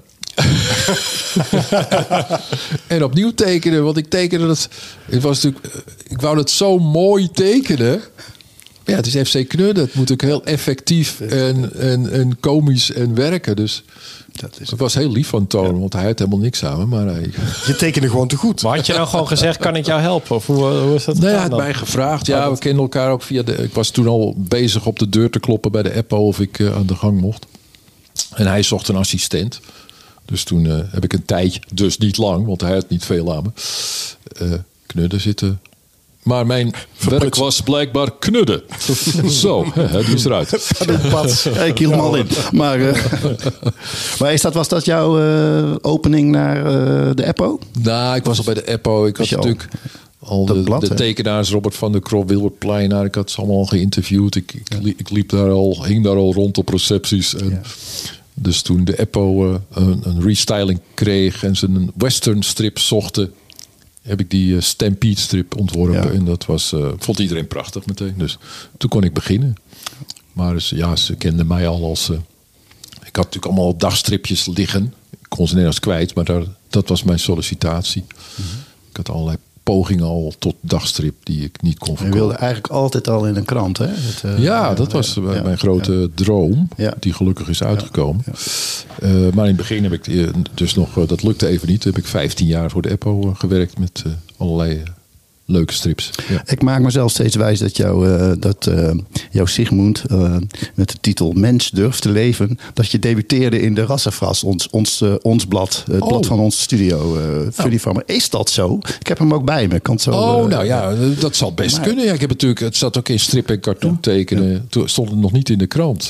En opnieuw tekenen, want ik tekende dat. Het was natuurlijk, ik wou het zo mooi tekenen. Ja, het is F C Knudden. Het moet ook heel effectief en, en, en komisch en werken. Dus dat is het was heel lief van Toon, ja. want hij had helemaal niks aan me. Maar hij... Je tekende gewoon te goed. Maar had je nou gewoon gezegd, kan ik jou helpen? Of hoe, hoe is dat? Nee, hij had mij gevraagd. Ja, we kenden elkaar ook via de... Ik was toen al bezig op de deur te kloppen bij de Eppo of ik uh, aan de gang mocht. En hij zocht een assistent. Dus toen uh, heb ik een tijdje, dus niet lang, want hij had niet veel aan me, uh, knudden zitten. Maar mijn werk was blijkbaar knudden. Zo, hè, die is eruit. Ik hield hem al in. Maar, uh, maar is dat, was dat jouw uh, opening naar uh, de Eppo? Nou, ik was al bij de Eppo. Ik had natuurlijk al de, blad, de tekenaars, Robert van der Krop, Wilbert Pleinaar. Ik had ze allemaal al geïnterviewd. Ik, ik, ja. ik liep daar al, hing daar al rond op recepties. En ja. Dus toen de Eppo uh, een, een restyling kreeg en ze een western strip zochten, heb ik die uh, Stampede strip ontworpen. Ja. En dat was, uh, vond iedereen prachtig meteen. Dus toen kon ik beginnen. Maar dus, ja, ze kenden mij al als... Uh, ik had natuurlijk allemaal dagstripjes liggen. Ik kon ze nergens kwijt, maar daar, dat was mijn sollicitatie. Mm-hmm. Ik had allerlei pogingen al tot dagstrip die ik niet kon verkopen. Je wilde eigenlijk altijd al in een krant, hè? Het, uh, ja, dat was uh, ja, mijn grote ja. droom, ja. die gelukkig is uitgekomen. Ja, ja. Uh, maar in het begin heb ik uh, dus nog, uh, dat lukte even niet. Heb ik vijftien jaar voor de Eppo uh, gewerkt met uh, allerlei uh, leuke strips. Ja. Ik maak mezelf steeds wijs dat, jou, uh, dat uh, jouw Sigmund uh, met de titel Mens durft te leven, dat je debuteerde in de Rassenfras, ons, ons, uh, ons blad, het oh. blad van onze studio. Uh, Funny Farmer. Is dat zo? Ik heb hem ook bij me. Kan het zo, oh, uh, nou ja, dat zal best maar, kunnen. Ja, ik heb natuurlijk, het zat ook in strip en cartoon tekenen. Ja. Toen stond het nog niet in de krant. Ja.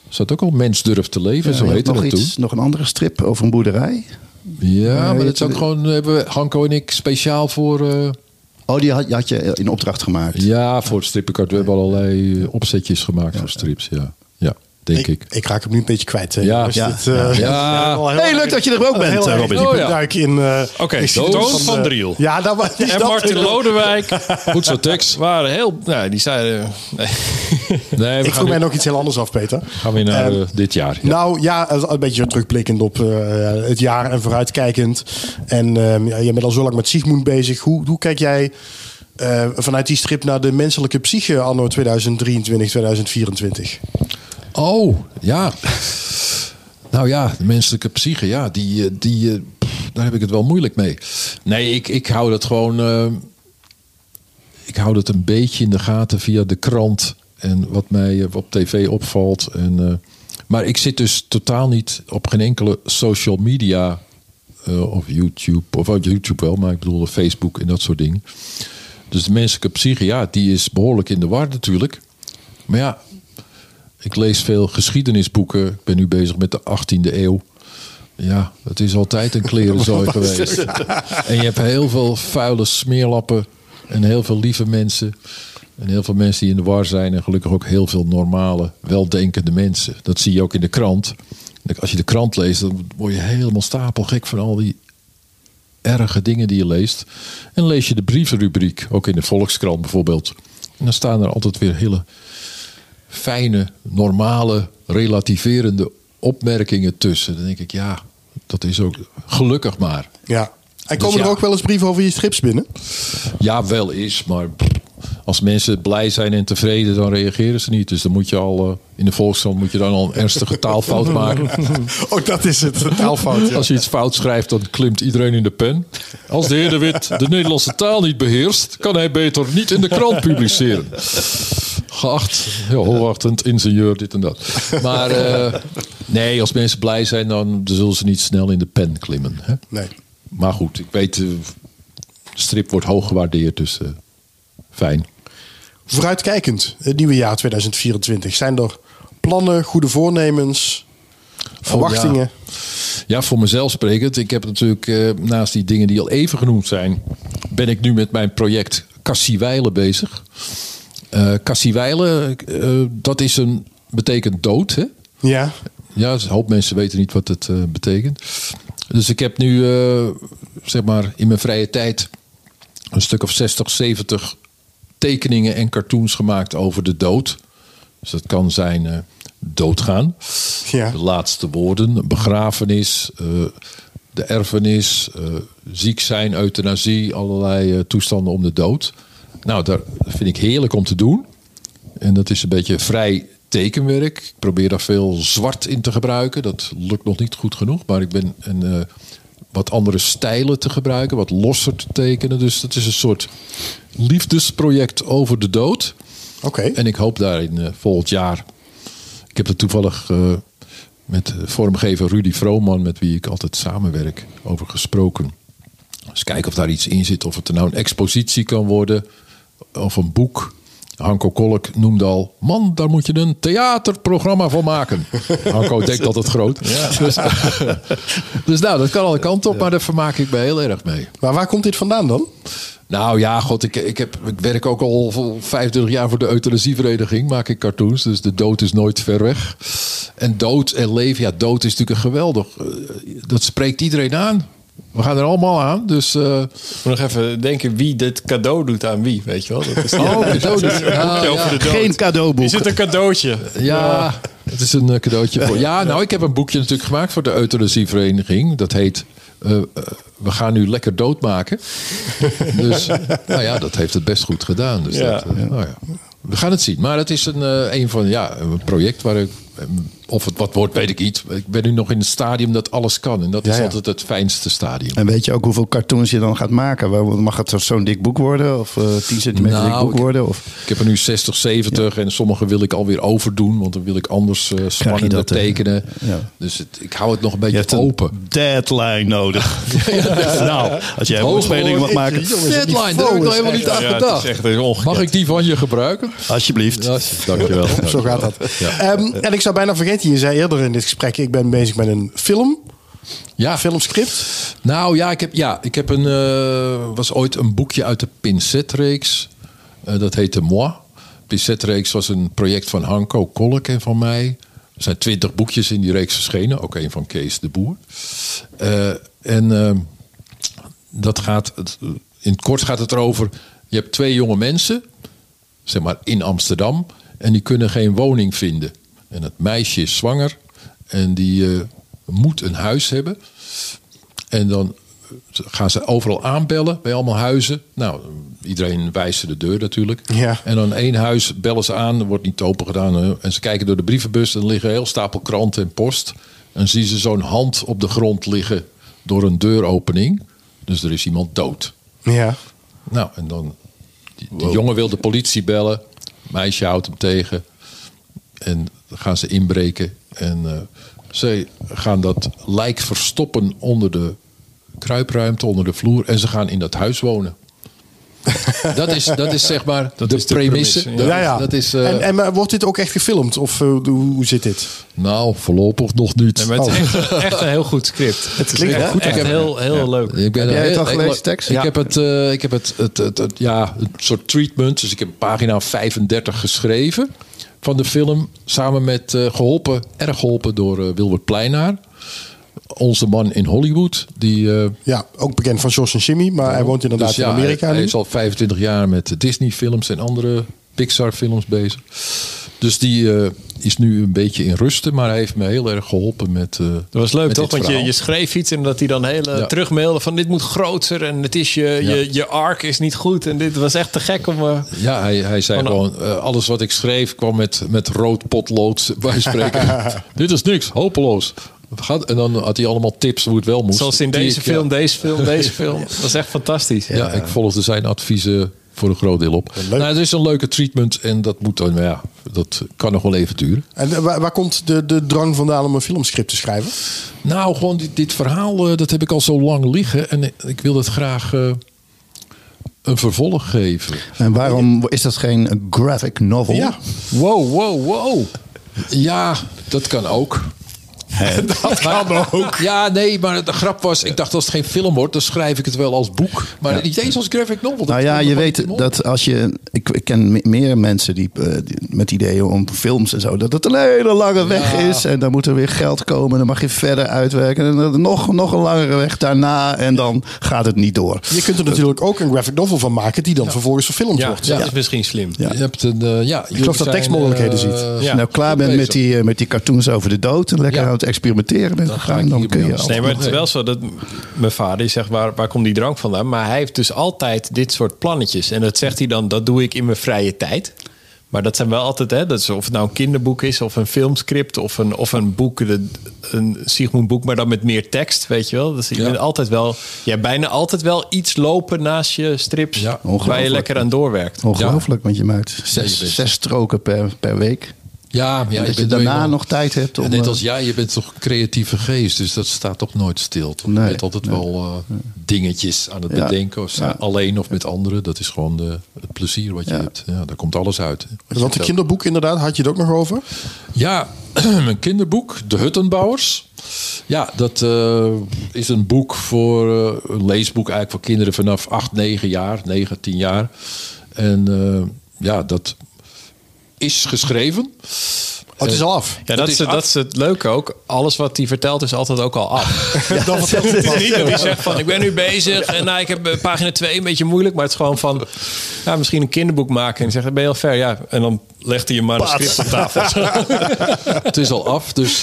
Zat ook al Mens durft te leven, Ja, zo je heette hebt dat nog toen. iets, nog een andere strip over een boerderij. Ja, maar je dat is ook hebt- gewoon, hebben we, Hanko en ik speciaal voor... Uh, Oh, die had, die had je in opdracht gemaakt. ja, voor het strippenkart. We hebben allerlei opzetjes gemaakt voor strips, ja. Ja, denk ik. Ik, ik raak hem nu een beetje kwijt. Hè. Ja. Dus Ja. dit, uh, Ja. wel heel Hey, erg- leuk dat je er ook bent, heel uh, erg Robin. diepe Oh, ja. duik in... Uh, Oké, okay, geschiedenis Toon van de- Driel. Ja, dat was... En Martin Lodewijk Goed zo, tekst. waren heel... Nou, die zeiden... Nee. Nee, we Ik gaan vroeg mij weer, nog iets heel anders af, Peter. gaan weer naar Ehm, uh, dit jaar. Ja. Nou ja, een beetje terugblikkend op uh, het jaar en vooruitkijkend. En uh, ja, je bent al zo lang met Sigmund bezig. Hoe, hoe kijk jij uh, vanuit die strip naar de menselijke psyche anno tweeduizend drieëntwintig, tweeduizend vierentwintig? Oh, ja. Nou ja, de menselijke psyche, ja, die, eh, die, eh, pff, daar heb ik het wel moeilijk mee. Nee, ik, ik hou dat gewoon... Uh, ik hou dat een beetje in de gaten via de krant en wat mij uh, op tv opvalt. En, uh, maar ik zit dus totaal niet op geen enkele social media uh, of YouTube. Of oh, YouTube wel, maar ik bedoel Facebook en dat soort dingen. Dus de menselijke psyche, ja, die is behoorlijk in de war natuurlijk. Maar ja... Ik lees veel geschiedenisboeken. Ik ben nu bezig met de achttiende eeuw. Ja, het is altijd een klerenzooi geweest. En je hebt heel veel vuile smeerlappen. En heel veel lieve mensen. En heel veel mensen die in de war zijn. En gelukkig ook heel veel normale, weldenkende mensen. Dat zie je ook in de krant. Als je de krant leest, dan word je helemaal stapelgek van al die erge dingen die je leest. En dan lees je de brievenrubriek. Ook in de Volkskrant bijvoorbeeld. En dan staan er altijd weer hele... fijne, normale, relativerende opmerkingen tussen. Dan denk ik, ja, dat is ook gelukkig maar. Ja. En Dus komen er ja. ook wel eens brieven over je strips binnen? Ja, wel is, maar als mensen blij zijn en tevreden, dan reageren ze niet. Dus dan moet je al, uh, in de Volkskrant moet je dan al een ernstige taalfout maken. Oh, dat is het, een taalfout. Ja. Als je iets fout schrijft, dan klimt iedereen in de pen. Als de heer De Wit de Nederlandse taal niet beheerst, kan hij beter niet in de krant publiceren. Geacht, ja, hoogachtend ingenieur, dit en dat. Maar uh, nee, als mensen blij zijn, dan zullen ze niet snel in de pen klimmen. Hè? Nee. Maar goed, ik weet, de strip wordt hoog gewaardeerd, dus uh, fijn. Vooruitkijkend, het nieuwe jaar tweeduizend vierentwintig. Zijn er plannen, goede voornemens, verwachtingen? Oh, ja. ja, voor mezelf sprekend. Ik heb natuurlijk, uh, naast die dingen die al even genoemd zijn, ben ik nu met mijn project Cassiewijlen bezig. Uh, Cassiewijlen, uh, dat is een, betekent dood, hè? Ja. Ja, dus een hoop mensen weten niet wat het uh, betekent. Dus ik heb nu, uh, zeg maar, in mijn vrije tijd een stuk of zestig, zeventig tekeningen en cartoons gemaakt over de dood. Dus dat kan zijn uh, doodgaan, Ja. de laatste woorden, begrafenis, uh, de erfenis, uh, ziek zijn, euthanasie, allerlei uh, toestanden om de dood. Nou, dat vind ik heerlijk om te doen. En dat is een beetje vrij tekenwerk. Ik probeer daar veel zwart in te gebruiken. Dat lukt nog niet goed genoeg. Maar ik ben een, uh, wat andere stijlen te gebruiken. Wat losser te tekenen. Dus dat is een soort liefdesproject over de dood. Oké. Okay. En ik hoop daarin uh, volgend jaar... Ik heb er toevallig uh, met vormgever Rudy Vrooman... met wie ik altijd samenwerk, over gesproken. Dus kijken of daar iets in zit. Of het er nou een expositie kan worden. Of een boek. Hanko Kolk noemde al... Man, daar moet je een theaterprogramma van maken. Hanko denkt altijd groot. Ja. Dus, dus nou, dat kan alle kanten op. Maar daar vermaak ik me heel erg mee. Maar waar komt dit vandaan dan? Nou ja, god, ik, ik, heb, ik werk ook al vijfentwintig jaar voor de euthanasievereniging. Maak ik cartoons, dus de dood is nooit ver weg. En dood en leven, ja, dood is natuurlijk een geweldig... Dat spreekt iedereen aan. We gaan er allemaal aan, dus... Uh... Ik moet nog even denken wie dit cadeau doet aan wie, weet je wel? Dat is oh, cadeau doet. Ja, ja. Over de dood. Geen cadeauboek. Is het een cadeautje? Ja, ja, het is een cadeautje voor... Ja, nou, ik heb een boekje natuurlijk gemaakt voor de euthanasievereniging. Dat heet... Uh, uh, we gaan nu lekker doodmaken. Dus, nou ja, dat heeft het best goed gedaan. Dus ja. dat, uh, nou ja. We gaan het zien. Maar het is een, uh, een van ja, een project waar ik... Of het wat wordt, weet ik niet. Ik ben nu nog in het stadium dat alles kan. En dat is ja, ja. altijd het fijnste stadium. En weet je ook hoeveel cartoons je dan gaat maken? Mag het zo'n dik boek worden? Of uh, tien centimeter nou, dik boek ik, worden? Of? Ik heb er nu zestig, zeventig. Ja. En sommige wil ik alweer overdoen. Want dan wil ik anders uh, spannender tekenen. Ja. Dus het, ik hou het nog een beetje open. Een deadline nodig. ja, ja. Nou, als jij woordspelingen mag maken. Deadline, daar heb ik nog helemaal niet aan gedacht. Ja, mag ik die van je gebruiken? Alsjeblieft. Ja, dankjewel. Zo gaat dat. Ja. Um, en ik zou bijna vergeten je zei eerder in dit gesprek, ik ben bezig met een film. Ja. Filmscript. Nou ja, ik heb, ja, ik heb een, uh, was ooit een boekje uit de Pincet-reeks. Uh, dat heette Moi. Pincet-reeks was een project van Hanko Kolk en van mij. Er zijn twintig boekjes in die reeks verschenen. Ook een van Kees de Boer. Uh, en uh, dat gaat, in het kort gaat het erover, je hebt twee jonge mensen, zeg maar in Amsterdam, en die kunnen geen woning vinden. En het meisje is zwanger en die uh, moet een huis hebben. En dan gaan ze overal aanbellen bij allemaal huizen. Nou, iedereen wijst ze de deur natuurlijk. Ja. En dan één huis bellen ze aan, er wordt niet open gedaan. En ze kijken door de brievenbus en er liggen een heel stapel kranten en post. En zien ze zo'n hand op de grond liggen door een deuropening. Dus er is iemand dood. Ja. Nou, en dan... Die, die wow. jongen wil de politie bellen. Meisje houdt hem tegen. En dan gaan ze inbreken. En uh, ze gaan dat lijk verstoppen onder de kruipruimte, onder de vloer. En ze gaan in dat huis wonen. dat, is, dat is zeg maar dat de, is de premisse. premisse. Ja, ja. Dat is, uh, en, en maar wordt dit ook echt gefilmd? Of uh, hoe, hoe zit dit? Nou, voorlopig nog niet. Nee, maar het is echt, echt een heel goed script. Het klinkt echt, goed. Echt heb, heel, heel ja, leuk. Ik ben heb jij het al heel, gelezen, tekst? Ik Ja. heb het, uh, ik heb het, het, het, het, ja, een soort treatment. Dus ik heb pagina vijfendertig geschreven van de film. Samen met uh, geholpen, erg geholpen door uh, Wilbert Pleinaar. Onze man in Hollywood. Die, uh, ja, ook bekend van George en Jimmy. Maar hij woont inderdaad dus ja, in Amerika. Hij, nu. hij is al vijfentwintig jaar met Disney films en andere Pixar films bezig. Dus die uh, is nu een beetje in rusten. Maar hij heeft me heel erg geholpen met uh, Dat was leuk toch? Want je, verhaal. je schreef iets en dat hij dan hele Ja. terugmailde van dit moet groter. En het is je, Ja. je, je arc is niet goed. En dit was echt te gek om... Uh, Ja, hij, hij zei Oh, gewoon, uh, alles wat ik schreef kwam met, met rood potlood bij spreken. Dit is niks, hopeloos. Gaat, en dan had hij allemaal tips hoe het wel moest. Zoals in deze Die, film, ja, deze film, deze film. Dat is echt fantastisch. ja, ja, ik volgde zijn adviezen voor een groot deel op. Leuk. Nou, het is een leuke treatment en dat moet dan, ja, dat kan nog wel even duren. En uh, waar, waar komt de, de drang vandaan om een filmscript te schrijven? Nou, gewoon dit, dit verhaal, uh, dat heb ik al zo lang liggen en ik wil het graag uh, een vervolg geven. En waarom is dat geen graphic novel? Ja. Wow, wow, wow. Ja, dat kan ook. Dat kan ook. Ja, nee, maar de grap was, ik dacht als het geen film wordt, dan schrijf ik het wel als boek. Maar Ja. niet eens als graphic novel. Dat Nou ja, komt je nog weet niet in dat als je... Ik, ik ken me- meer mensen die, uh, die met ideeën om films en zo... dat het een hele lange weg Ja. is. En dan moet er weer geld komen. En dan mag je verder uitwerken. En dan nog, nog een langere weg daarna. En dan gaat het niet door. Je kunt er natuurlijk ook een graphic novel van maken... die dan vervolgens verfilmd Ja, wordt. dat is misschien slim. Ja. Je hebt een, uh, ja, Ik geloof dat tekstmogelijkheden ziet. Als Ja. je nou klaar bent met die, uh, met die cartoons over de dood... en lekker Ja. aan het experimenteren bent Dan ga gegaan... ik dan hier kun je... bij al- ons- Nee, maar het is wel zo dat mijn vader die zegt, waar, waar komt die drank vandaan? Maar hij heeft dus altijd dit soort plannetjes. En dat zegt hij dan, dat doe ik in mijn vrije tijd. Maar dat zijn wel altijd, hè, dat is of het nou een kinderboek is... of een filmscript of een, of een boek, de, een Sigmund boek... maar dan met meer tekst, weet je wel. Dus je Ja. bent altijd wel, je hebt bijna altijd wel iets lopen naast je strips... Ja, waar je ongelooflijk. lekker aan doorwerkt. Ongelooflijk, want je maakt Ja, zes, je bent- zes stroken per, per week. Ja, ja, En dat je bent daarna helemaal- nog tijd hebt om... En net uh, als jij, je bent toch een creatieve geest, dus dat staat toch nooit stil. Toch? Nee, je bent altijd nee. wel uh, dingetjes aan het Ja. bedenken, of Ja. alleen of met anderen. Dat is gewoon de, het plezier wat je Ja. hebt. Ja, daar komt alles uit. hè. Want het kinderboek inderdaad, had je het ook nog over? Ja, mijn kinderboek, De Huttenbouwers. Ja, dat uh, is een boek voor uh, een leesboek eigenlijk voor kinderen vanaf acht, negen jaar, negen, tien jaar. En uh, ja, dat is geschreven. Oh, het is al af. Ja, dat, is, is dat af. is het leuke ook. Alles wat hij vertelt is altijd ook al af. Dan Het is niet dat hij zegt van, ik ben nu bezig en nou, ik heb uh, pagina twee een beetje moeilijk. Maar het is gewoon van, ja, misschien een kinderboek maken. En hij zegt, ben je al ver? Ja. En dan legt hij een manuscript op tafel. Het is al af, dus...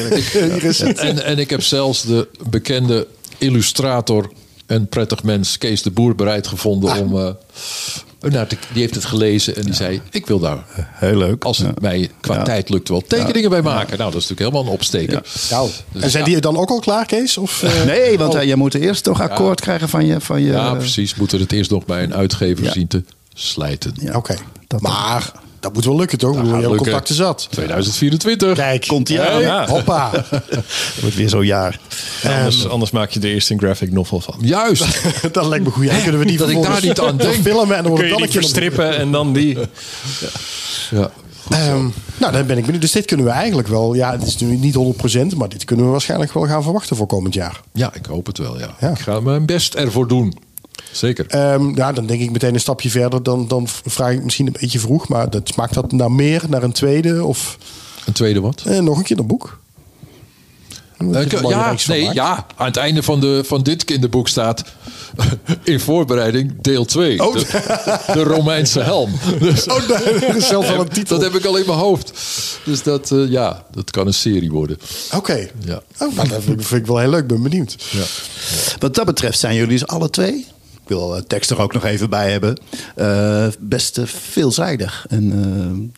Ik, en, en ik heb zelfs de bekende illustrator en prettig mens Kees de Boer bereid gevonden om... Uh, nou, die heeft het gelezen en die zei, ik wil daar... Heel leuk. Als het Ja. mij qua Ja. tijd lukt wel tekeningen bij maken. Nou, dat is natuurlijk helemaal een opsteker. Nou, Dus en zijn ja. die dan ook al klaar, Kees? Of, uh, Nee, want uh, je moet eerst toch akkoord krijgen van je... Van je Ja, precies. Moeten het eerst nog bij een uitgever Ja. zien te slijten. Ja. Oké, Dat- maar dat moet wel lukken, toch? Ik bedoel, gaat je hebt lukken. contacten zat. tweeduizend vierentwintig. Kijk, Komt ie aan. Hey, Ja. hoppa. Het wordt weer zo'n jaar. Anders, anders maak je er eerst een graphic novel van. Juist. Dat lijkt me goed. Ja, kunnen we die Dat ik daar niet aan denk. filmen en dan wordt Kun het je dan die een keer verstrippen en dan die... Ja. Um, nou, dan ben ik benieuwd. Dus dit kunnen we eigenlijk wel... Ja, het is nu niet honderd procent, maar dit kunnen we waarschijnlijk wel gaan verwachten voor komend jaar. Ja, ik hoop het wel, ja. Ja. Ik ga mijn best ervoor doen. Zeker. Um, ja, dan denk ik meteen een stapje verder. Dan, dan vraag ik misschien een beetje vroeg, maar dat smaakt dat naar meer, naar een tweede of... Een tweede wat? Uh, nog een kinderboek. Uh, ja, nee, ja, aan het einde van, de, van dit kinderboek staat in voorbereiding deel twee. Oh. De, de Romeinse helm. Dus, oh, dat is zelfs al een titel. Dat heb ik al in mijn hoofd. Dus dat, uh, ja, dat kan een serie worden. Oké. Okay. Ja. Oh, nou, dat vind ik wel heel leuk. Ben benieuwd. Ja. Wat dat betreft zijn jullie dus alle twee... Ik wil uh, tekst er ook nog even bij hebben. Uh, best uh, veelzijdig. En... Uh,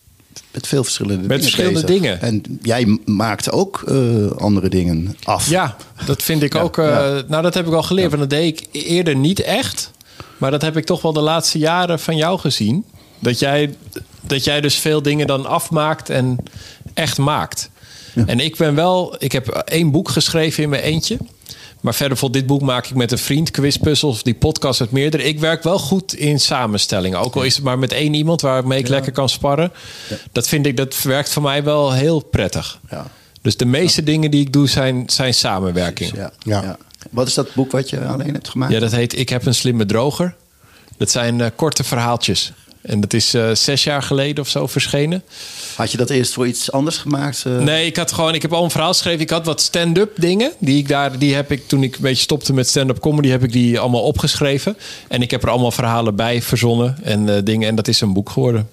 Met veel verschillende Met dingen. verschillende bezig. dingen. En jij maakt ook uh, andere dingen af. Ja, dat vind ik ja, ook. Uh, ja. Nou, dat heb ik al geleerd. Ja. Want dat deed ik eerder niet echt. Maar dat heb ik toch wel de laatste jaren van jou gezien. Dat jij, dat jij dus veel dingen dan afmaakt en echt maakt. Ja. En ik ben wel... Ik heb één boek geschreven in mijn eentje. Maar verder voor dit boek maak ik met een vriend quizpuzzels, die podcast met meerdere. Ik werk wel goed in samenstellingen. Ook al is het maar met één iemand waarmee ik ja. lekker kan sparren. Ja. Dat vind ik, dat werkt voor mij wel heel prettig. Ja. Dus de meeste ja. dingen die ik doe zijn, zijn samenwerking. Ja. Ja. Ja. Wat is dat boek wat je alleen hebt gemaakt? Ja, dat heet Ik heb een slimme droger. Dat zijn uh, korte verhaaltjes. En dat is uh, zes jaar geleden of zo verschenen. Had je dat eerst voor iets anders gemaakt? Uh... Nee, ik had gewoon, ik heb al een verhaal geschreven. Ik had wat stand-up dingen. Die ik daar, die heb ik toen ik een beetje stopte met stand-up comedy, heb ik die allemaal opgeschreven. En ik heb er allemaal verhalen bij verzonnen en uh, dingen. En dat is een boek geworden.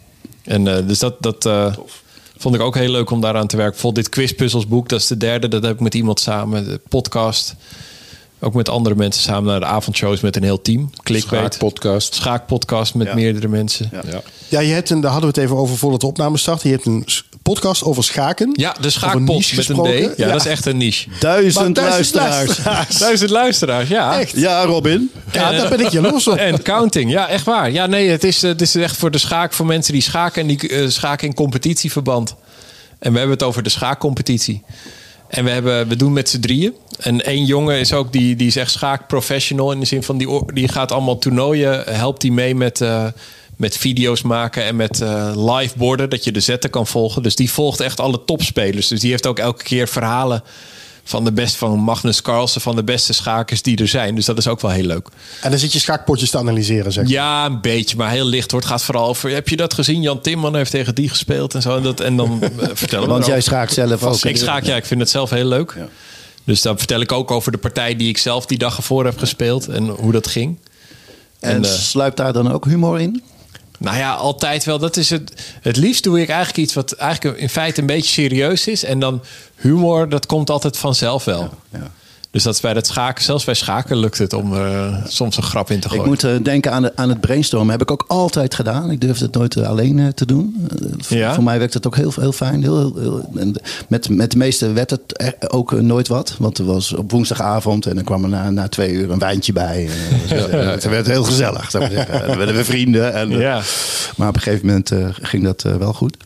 En uh, dus dat, dat uh, vond ik ook heel leuk om daaraan te werken. Bijvoorbeeld dit quizpuzzelsboek, dat is de derde. Dat heb ik met iemand samen. De podcast. Ook met andere mensen samen naar de avondshows met een heel team. Clickbait. Schaakpodcast. Schaakpodcast met ja. meerdere mensen. Ja. Ja. ja, je hebt een, daar hadden we het even over voordat de opname startte. Je hebt een podcast over schaken. Ja, de Schaakpot met een D. Ja, ja, dat is echt een niche. Duizend, duizend luisteraars. luisteraars. Duizend luisteraars, ja. Echt? Ja, Robin. Ja, daar ben ik jaloers op. En counting. Ja, echt waar. Ja, nee, het is, het is echt voor de schaak, voor mensen die schaken en die uh, schaken in competitieverband. En we hebben het over de schaakcompetitie. En we, hebben, we doen met z'n drieën. En één jongen is ook, die, die is echt schaakprofessional. In de zin van, die, die gaat allemaal toernooien. Helpt die mee met, uh, met video's maken en met uh, liveboarden. Dat je de zetten kan volgen. Dus die volgt echt alle topspelers. Dus die heeft ook elke keer verhalen van de best van Magnus Carlsen, van de beste schakers die er zijn. Dus dat is ook wel heel leuk. En dan zit je schaakpotjes te analyseren, zeg. Ja, een beetje, maar heel licht hoor. Het gaat vooral over, heb je dat gezien? Jan Timman heeft tegen die gespeeld en zo. En, dat, en dan uh, vertellen we Want jij schaakt zelf ook. Ik schaak, ja, ik vind het zelf heel leuk. Ja. Dus dan vertel ik ook over de partij die ik zelf die dag ervoor heb gespeeld en hoe dat ging. En, en uh, sluipt daar dan ook humor in? Nou ja, altijd wel. Dat is het. Het liefst doe ik eigenlijk iets wat eigenlijk in feite een beetje serieus is. En dan humor, dat komt altijd vanzelf wel. Ja, ja. Dus dat is bij het schaken, zelfs bij schaken lukt het om er uh, soms een grap in te gooien. Ik moet uh, denken aan, de, aan het brainstormen. Heb ik ook altijd gedaan. Ik durfde het nooit uh, alleen uh, te doen. Uh, ja? Voor mij werkt het ook heel, heel fijn. Heel, heel, heel, en met, met de meeste werd het er ook uh, nooit wat. Want er was op woensdagavond en dan kwam er na, na twee uur een wijntje bij. Uh, dus, uh, het werd heel gezellig, zou ik zeggen. Dan werden we vrienden. En, uh, ja. Maar op een gegeven moment uh, ging dat uh, wel goed.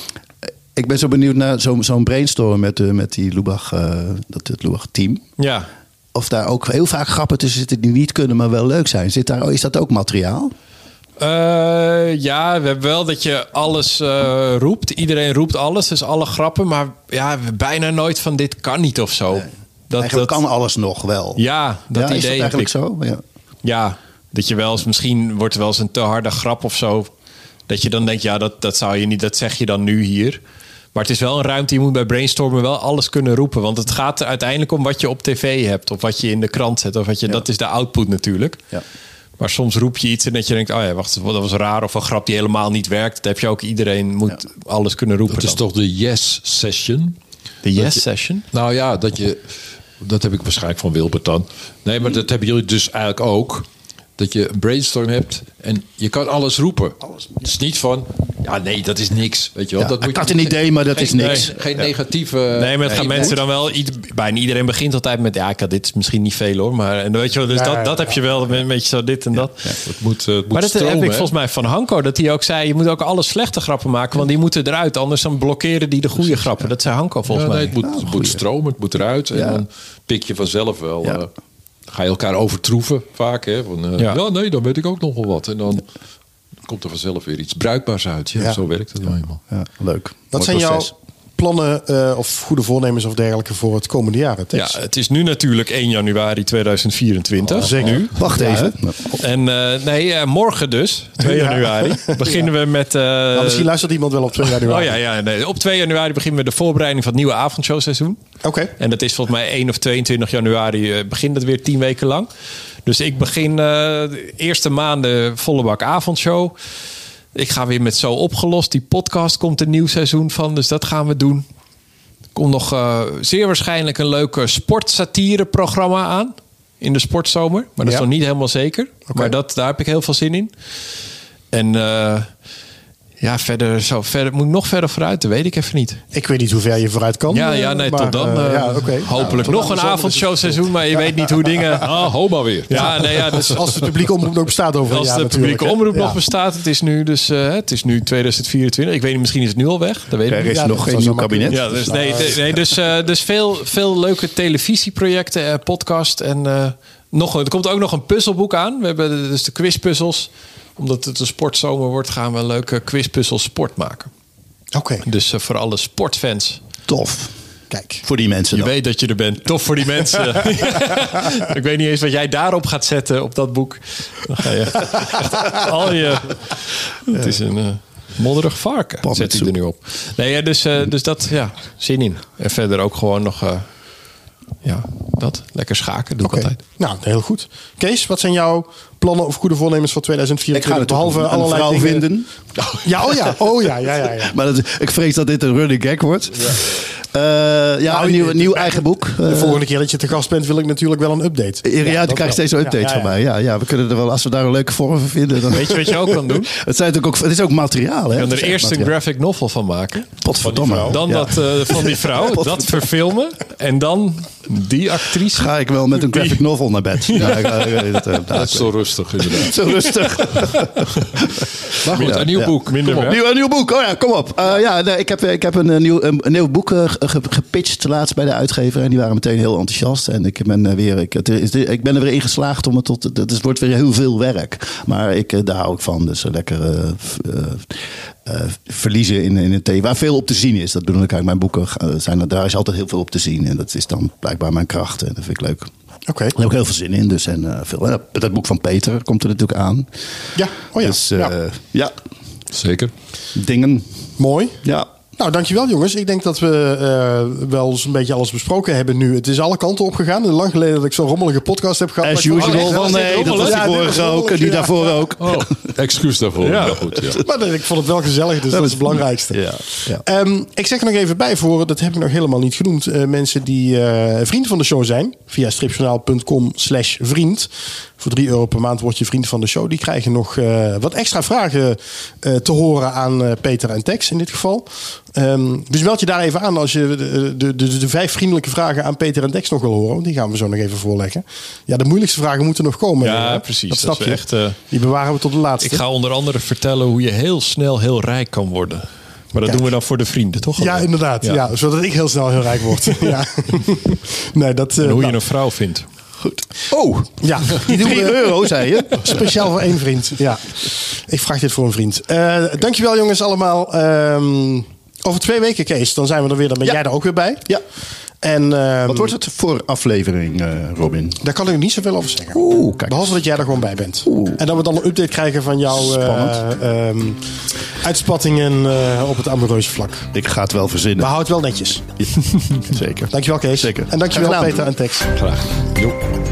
Ik ben zo benieuwd naar zo, zo'n brainstorm met, uh, met die Lubach, uh, dat het Lubach team. Ja. Of daar ook heel vaak grappen tussen zitten die niet kunnen, maar wel leuk zijn. Zit daar, is dat ook materiaal? Uh, ja, we hebben wel dat je alles uh, roept. Iedereen roept alles, dus alle grappen. Maar ja, bijna nooit van dit kan niet of zo. Nee. Dat, Eigenlijk dat, kan alles nog wel. Ja, dat ja, idee. Is dat eigenlijk ik, zo? Ja. ja, dat je wel eens, misschien wordt er wel eens een te harde grap of zo. Dat je dan denkt, ja, dat, dat zou je niet, dat zeg je dan nu hier. Maar het is wel een ruimte, je moet bij brainstormen wel alles kunnen roepen. Want het gaat er uiteindelijk om wat je op tv hebt. Of wat je in de krant zet. Of wat je, ja. Dat is de output natuurlijk. Ja. Maar soms roep je iets en dat je denkt, oh ja, wacht, dat was raar. Of een grap die helemaal niet werkt. Dat heb je ook, iedereen moet ja. alles kunnen roepen. Dat is dan. toch de yes session? De yes je, session? Nou ja, dat je, dat heb ik waarschijnlijk van Wilbert dan. Nee, maar dat hebben jullie dus eigenlijk ook. Dat je een brainstorm hebt en je kan alles roepen. Alles. Het is niet van, ja nee, dat is niks. Weet je wel? Ja, dat moet ik had een idee, maar dat geen, is niks. Nee, geen ja. negatieve... Nee, maar het gaan mensen dan wel... Bijna iedereen begint altijd met... Ja, ik had dit is misschien niet veel hoor. Maar en weet je wel, dus ja, dat, dat ja, heb je wel. Een beetje zo dit en ja, dat. Ja, het moet, uh, het moet maar dat stromen, heb ik hè? volgens mij van Hanko. Dat hij ook zei, je moet ook alle slechte grappen maken. Want die moeten eruit. Anders dan blokkeren die de goede Precies, grappen. Ja. Dat zei Hanko volgens ja, mij. Nee, het moet, nou, het moet stromen, het moet eruit. En ja. dan pik je vanzelf wel... Ja. Uh, ga je elkaar overtroeven vaak. Hè? Van, uh, ja. ja, nee, dan weet ik ook nog wel wat. En dan komt er vanzelf weer iets bruikbaars uit. Ja, Ja. Zo werkt het nou eenmaal. Ja, leuk. Wat Mooi zijn jouw proces. plannen uh, of goede voornemens of dergelijke voor het komende jaar? Ja, het is nu natuurlijk één januari tweeduizend vierentwintig. Oh, zeker. Nu. Wacht Ja, even. En uh, nee, uh, morgen dus, twee januari, beginnen we met... Uh, Nou, misschien luistert iemand wel op twee januari. Oh ja, ja nee. Op twee januari beginnen we de voorbereiding van het nieuwe avondshowseizoen. Oké. Okay. En dat is volgens mij één of tweeëntwintig januari uh, begint het weer tien weken lang. Dus ik begin uh, de eerste maanden volle bak avondshow. Ik ga weer met Zo Opgelost. Die podcast komt een nieuw seizoen van, dus dat gaan we doen. Er komt nog uh, zeer waarschijnlijk een leuke sportsatire-programma aan. In de sportzomer. Maar dat is Ja. nog niet helemaal zeker. Okay. Maar dat, daar heb ik heel veel zin in. En uh, ja, verder, zo, verder moet ik nog verder vooruit. Dat weet ik even niet. Ik weet niet hoe ver je vooruit kan. Ja, ja nee, maar, tot dan. Uh, Uh, ja, okay. hopelijk nou, nog een avondshowseizoen. Maar je weet niet hoe dingen... Ah, Homa weer. Ja, nee, ja, dus Als de publieke omroep nog bestaat over een als jaar de natuurlijk, publieke hè? omroep Ja. nog bestaat. Het is nu dus uh, het is nu tweeduizend vierentwintig. Ik weet niet, misschien is het nu al weg. Dat weet ik Er niet. is Ja, nog dat geen zou nieuw zomaar kabinet. kunnen. Ja, dus, nee, nee, nee, dus, uh, dus veel, veel leuke televisieprojecten, uh, podcast. En uh, nog, er komt ook nog een puzzelboek aan. We hebben dus de quizpuzzels. Omdat het een sportzomer wordt, gaan we een leuke quizpuzzels sport maken. Oké, okay. Dus uh, voor alle sportfans. Tof. Kijk. Voor die mensen Je dan. weet dat je er bent. Tof voor die mensen. Ik weet niet eens wat jij daarop gaat zetten op dat boek. Dan ga je echt al je... Het is een uh, modderig varken. Pap Zet met hij er nu op. Nee, ja, dus, uh, dus dat, ja, zin in. En verder ook gewoon nog... Uh, ja, dat. Lekker schaken. Doe Oké. ik altijd. Nou, heel goed. Kees, wat zijn jouw plannen of goede voornemens voor tweeduizend vierentwintig? Ik ga natuurlijk Behalve een allerlei vrouw dingen. vinden. Ja, oh ja. Oh ja, ja, ja. ja. Maar dat, ik vrees dat dit een running gag wordt. Ja, uh, ja Nou, een nieuw, je- nieuw eigen boek. De Uh, volgende keer dat je te gast bent, wil ik natuurlijk wel een update. ja, ja, dat je krijgt wel. steeds een update Ja, ja, van ja. mij. Ja, ja, we kunnen er wel, als we daar een leuke vorm voor vinden. Dan... Weet je wat je ook kan doen? Het, zijn natuurlijk ook, het is ook materiaal. Hè? Je kan Het er is echt eerst een materiaal. graphic novel van maken. Potverdomme. Dan Ja. dat uh, van die vrouw. Dat verfilmen. En dan die actrice. Ga ik wel met een graphic novel naar bed. Ja, ik, ik, ik, dat, uh, Dat is zo rustig, inderdaad. zo rustig. Maar goed, Ja, een nieuw ja. boek. Minder Kom op. werk. Nieuw, een nieuw boek. Oh ja, kom op. Uh, ja, nee, ik heb, ik heb een, eh, nieuw, een, een nieuw boek uh, ge, gepitcht laatst bij de uitgever. En die waren meteen heel enthousiast. En ik ben, uh, weer, ik, het is, ik ben er weer in geslaagd om het tot... Het, het wordt weer heel veel werk. Maar ik, uh, daar hou ik van. Dus uh, lekker uh, uh, uh, verliezen in, in het thema. Waar veel op te zien is. Dat bedoel ik eigenlijk. Mijn boeken uh, zijn, daar is altijd heel veel op te zien. En dat is dan blijkbaar mijn kracht. En dat vind ik leuk. Oké. Daar heb ik heel veel zin in. Dus, en, uh, veel, uh, dat boek van Peter komt er natuurlijk aan. Ja, oh ja. Dus uh, ja. ja, Zeker. dingen. Mooi. Ja. Nou, dankjewel jongens. Ik denk dat we uh, wel eens een beetje alles besproken hebben nu. Het is alle kanten opgegaan. Lang geleden dat ik zo'n rommelige podcast heb gehad. As Maar ik vond- usual. Oh, Van, echt, nee, dat was Ja, die dit vorige was ook. En die ja. daarvoor ook. Oh, excuus daarvoor. Ja, goed. Ja. Maar ik vond het wel gezellig, dus dat is het belangrijkste. Ja, ja. Um, ik zeg er nog even bij voor, dat heb ik nog helemaal niet genoemd. Uh, mensen die uh, vriend van de show zijn, via stripjournaal.com slash vriend. Voor drie euro per maand word je vriend van de show. Die krijgen nog uh, wat extra vragen uh, te horen aan uh, Peter en Tex in dit geval. Um, dus meld je daar even aan als je de, de, de, de vijf vriendelijke vragen aan Peter en Tex nog wil horen. Want die gaan we zo nog even voorleggen. Ja, de moeilijkste vragen moeten nog komen. Ja, hè? precies. Dat snap Dat je. is echt, uh, die bewaren we tot de laatste. Ik ga onder andere vertellen hoe je heel snel heel rijk kan worden. Maar dat Kijk. doen we dan voor de vrienden, toch? Ja, inderdaad. Ja. Ja. Ja, zodat ik heel snel heel rijk word. ja. nee, dat, uh, En hoe nou, je een vrouw vindt. Goed. Oh, Ja, die doen drie we euro, zei je? speciaal voor één vriend. Ja, ik vraag dit voor een vriend. Uh, dankjewel jongens allemaal. Um, over twee weken, Kees, dan zijn we er weer. Dan ben Ja. jij er ook weer bij. Ja. En, um, Wat wordt het voor aflevering, uh, Robin? daar kan ik niet zoveel over zeggen. Oeh, kijk. Behalve dat jij er gewoon bij bent. Oeh. En dat we dan een update krijgen van jouw uh, Spannend. um, uitspattingen uh, op het amoureuze vlak. Ik ga het wel verzinnen. Maar hou het wel netjes. Zeker. Dankjewel, Kees. Zeker. En dankjewel, Graag gedaan. Peter en Tex. Graag. Jo.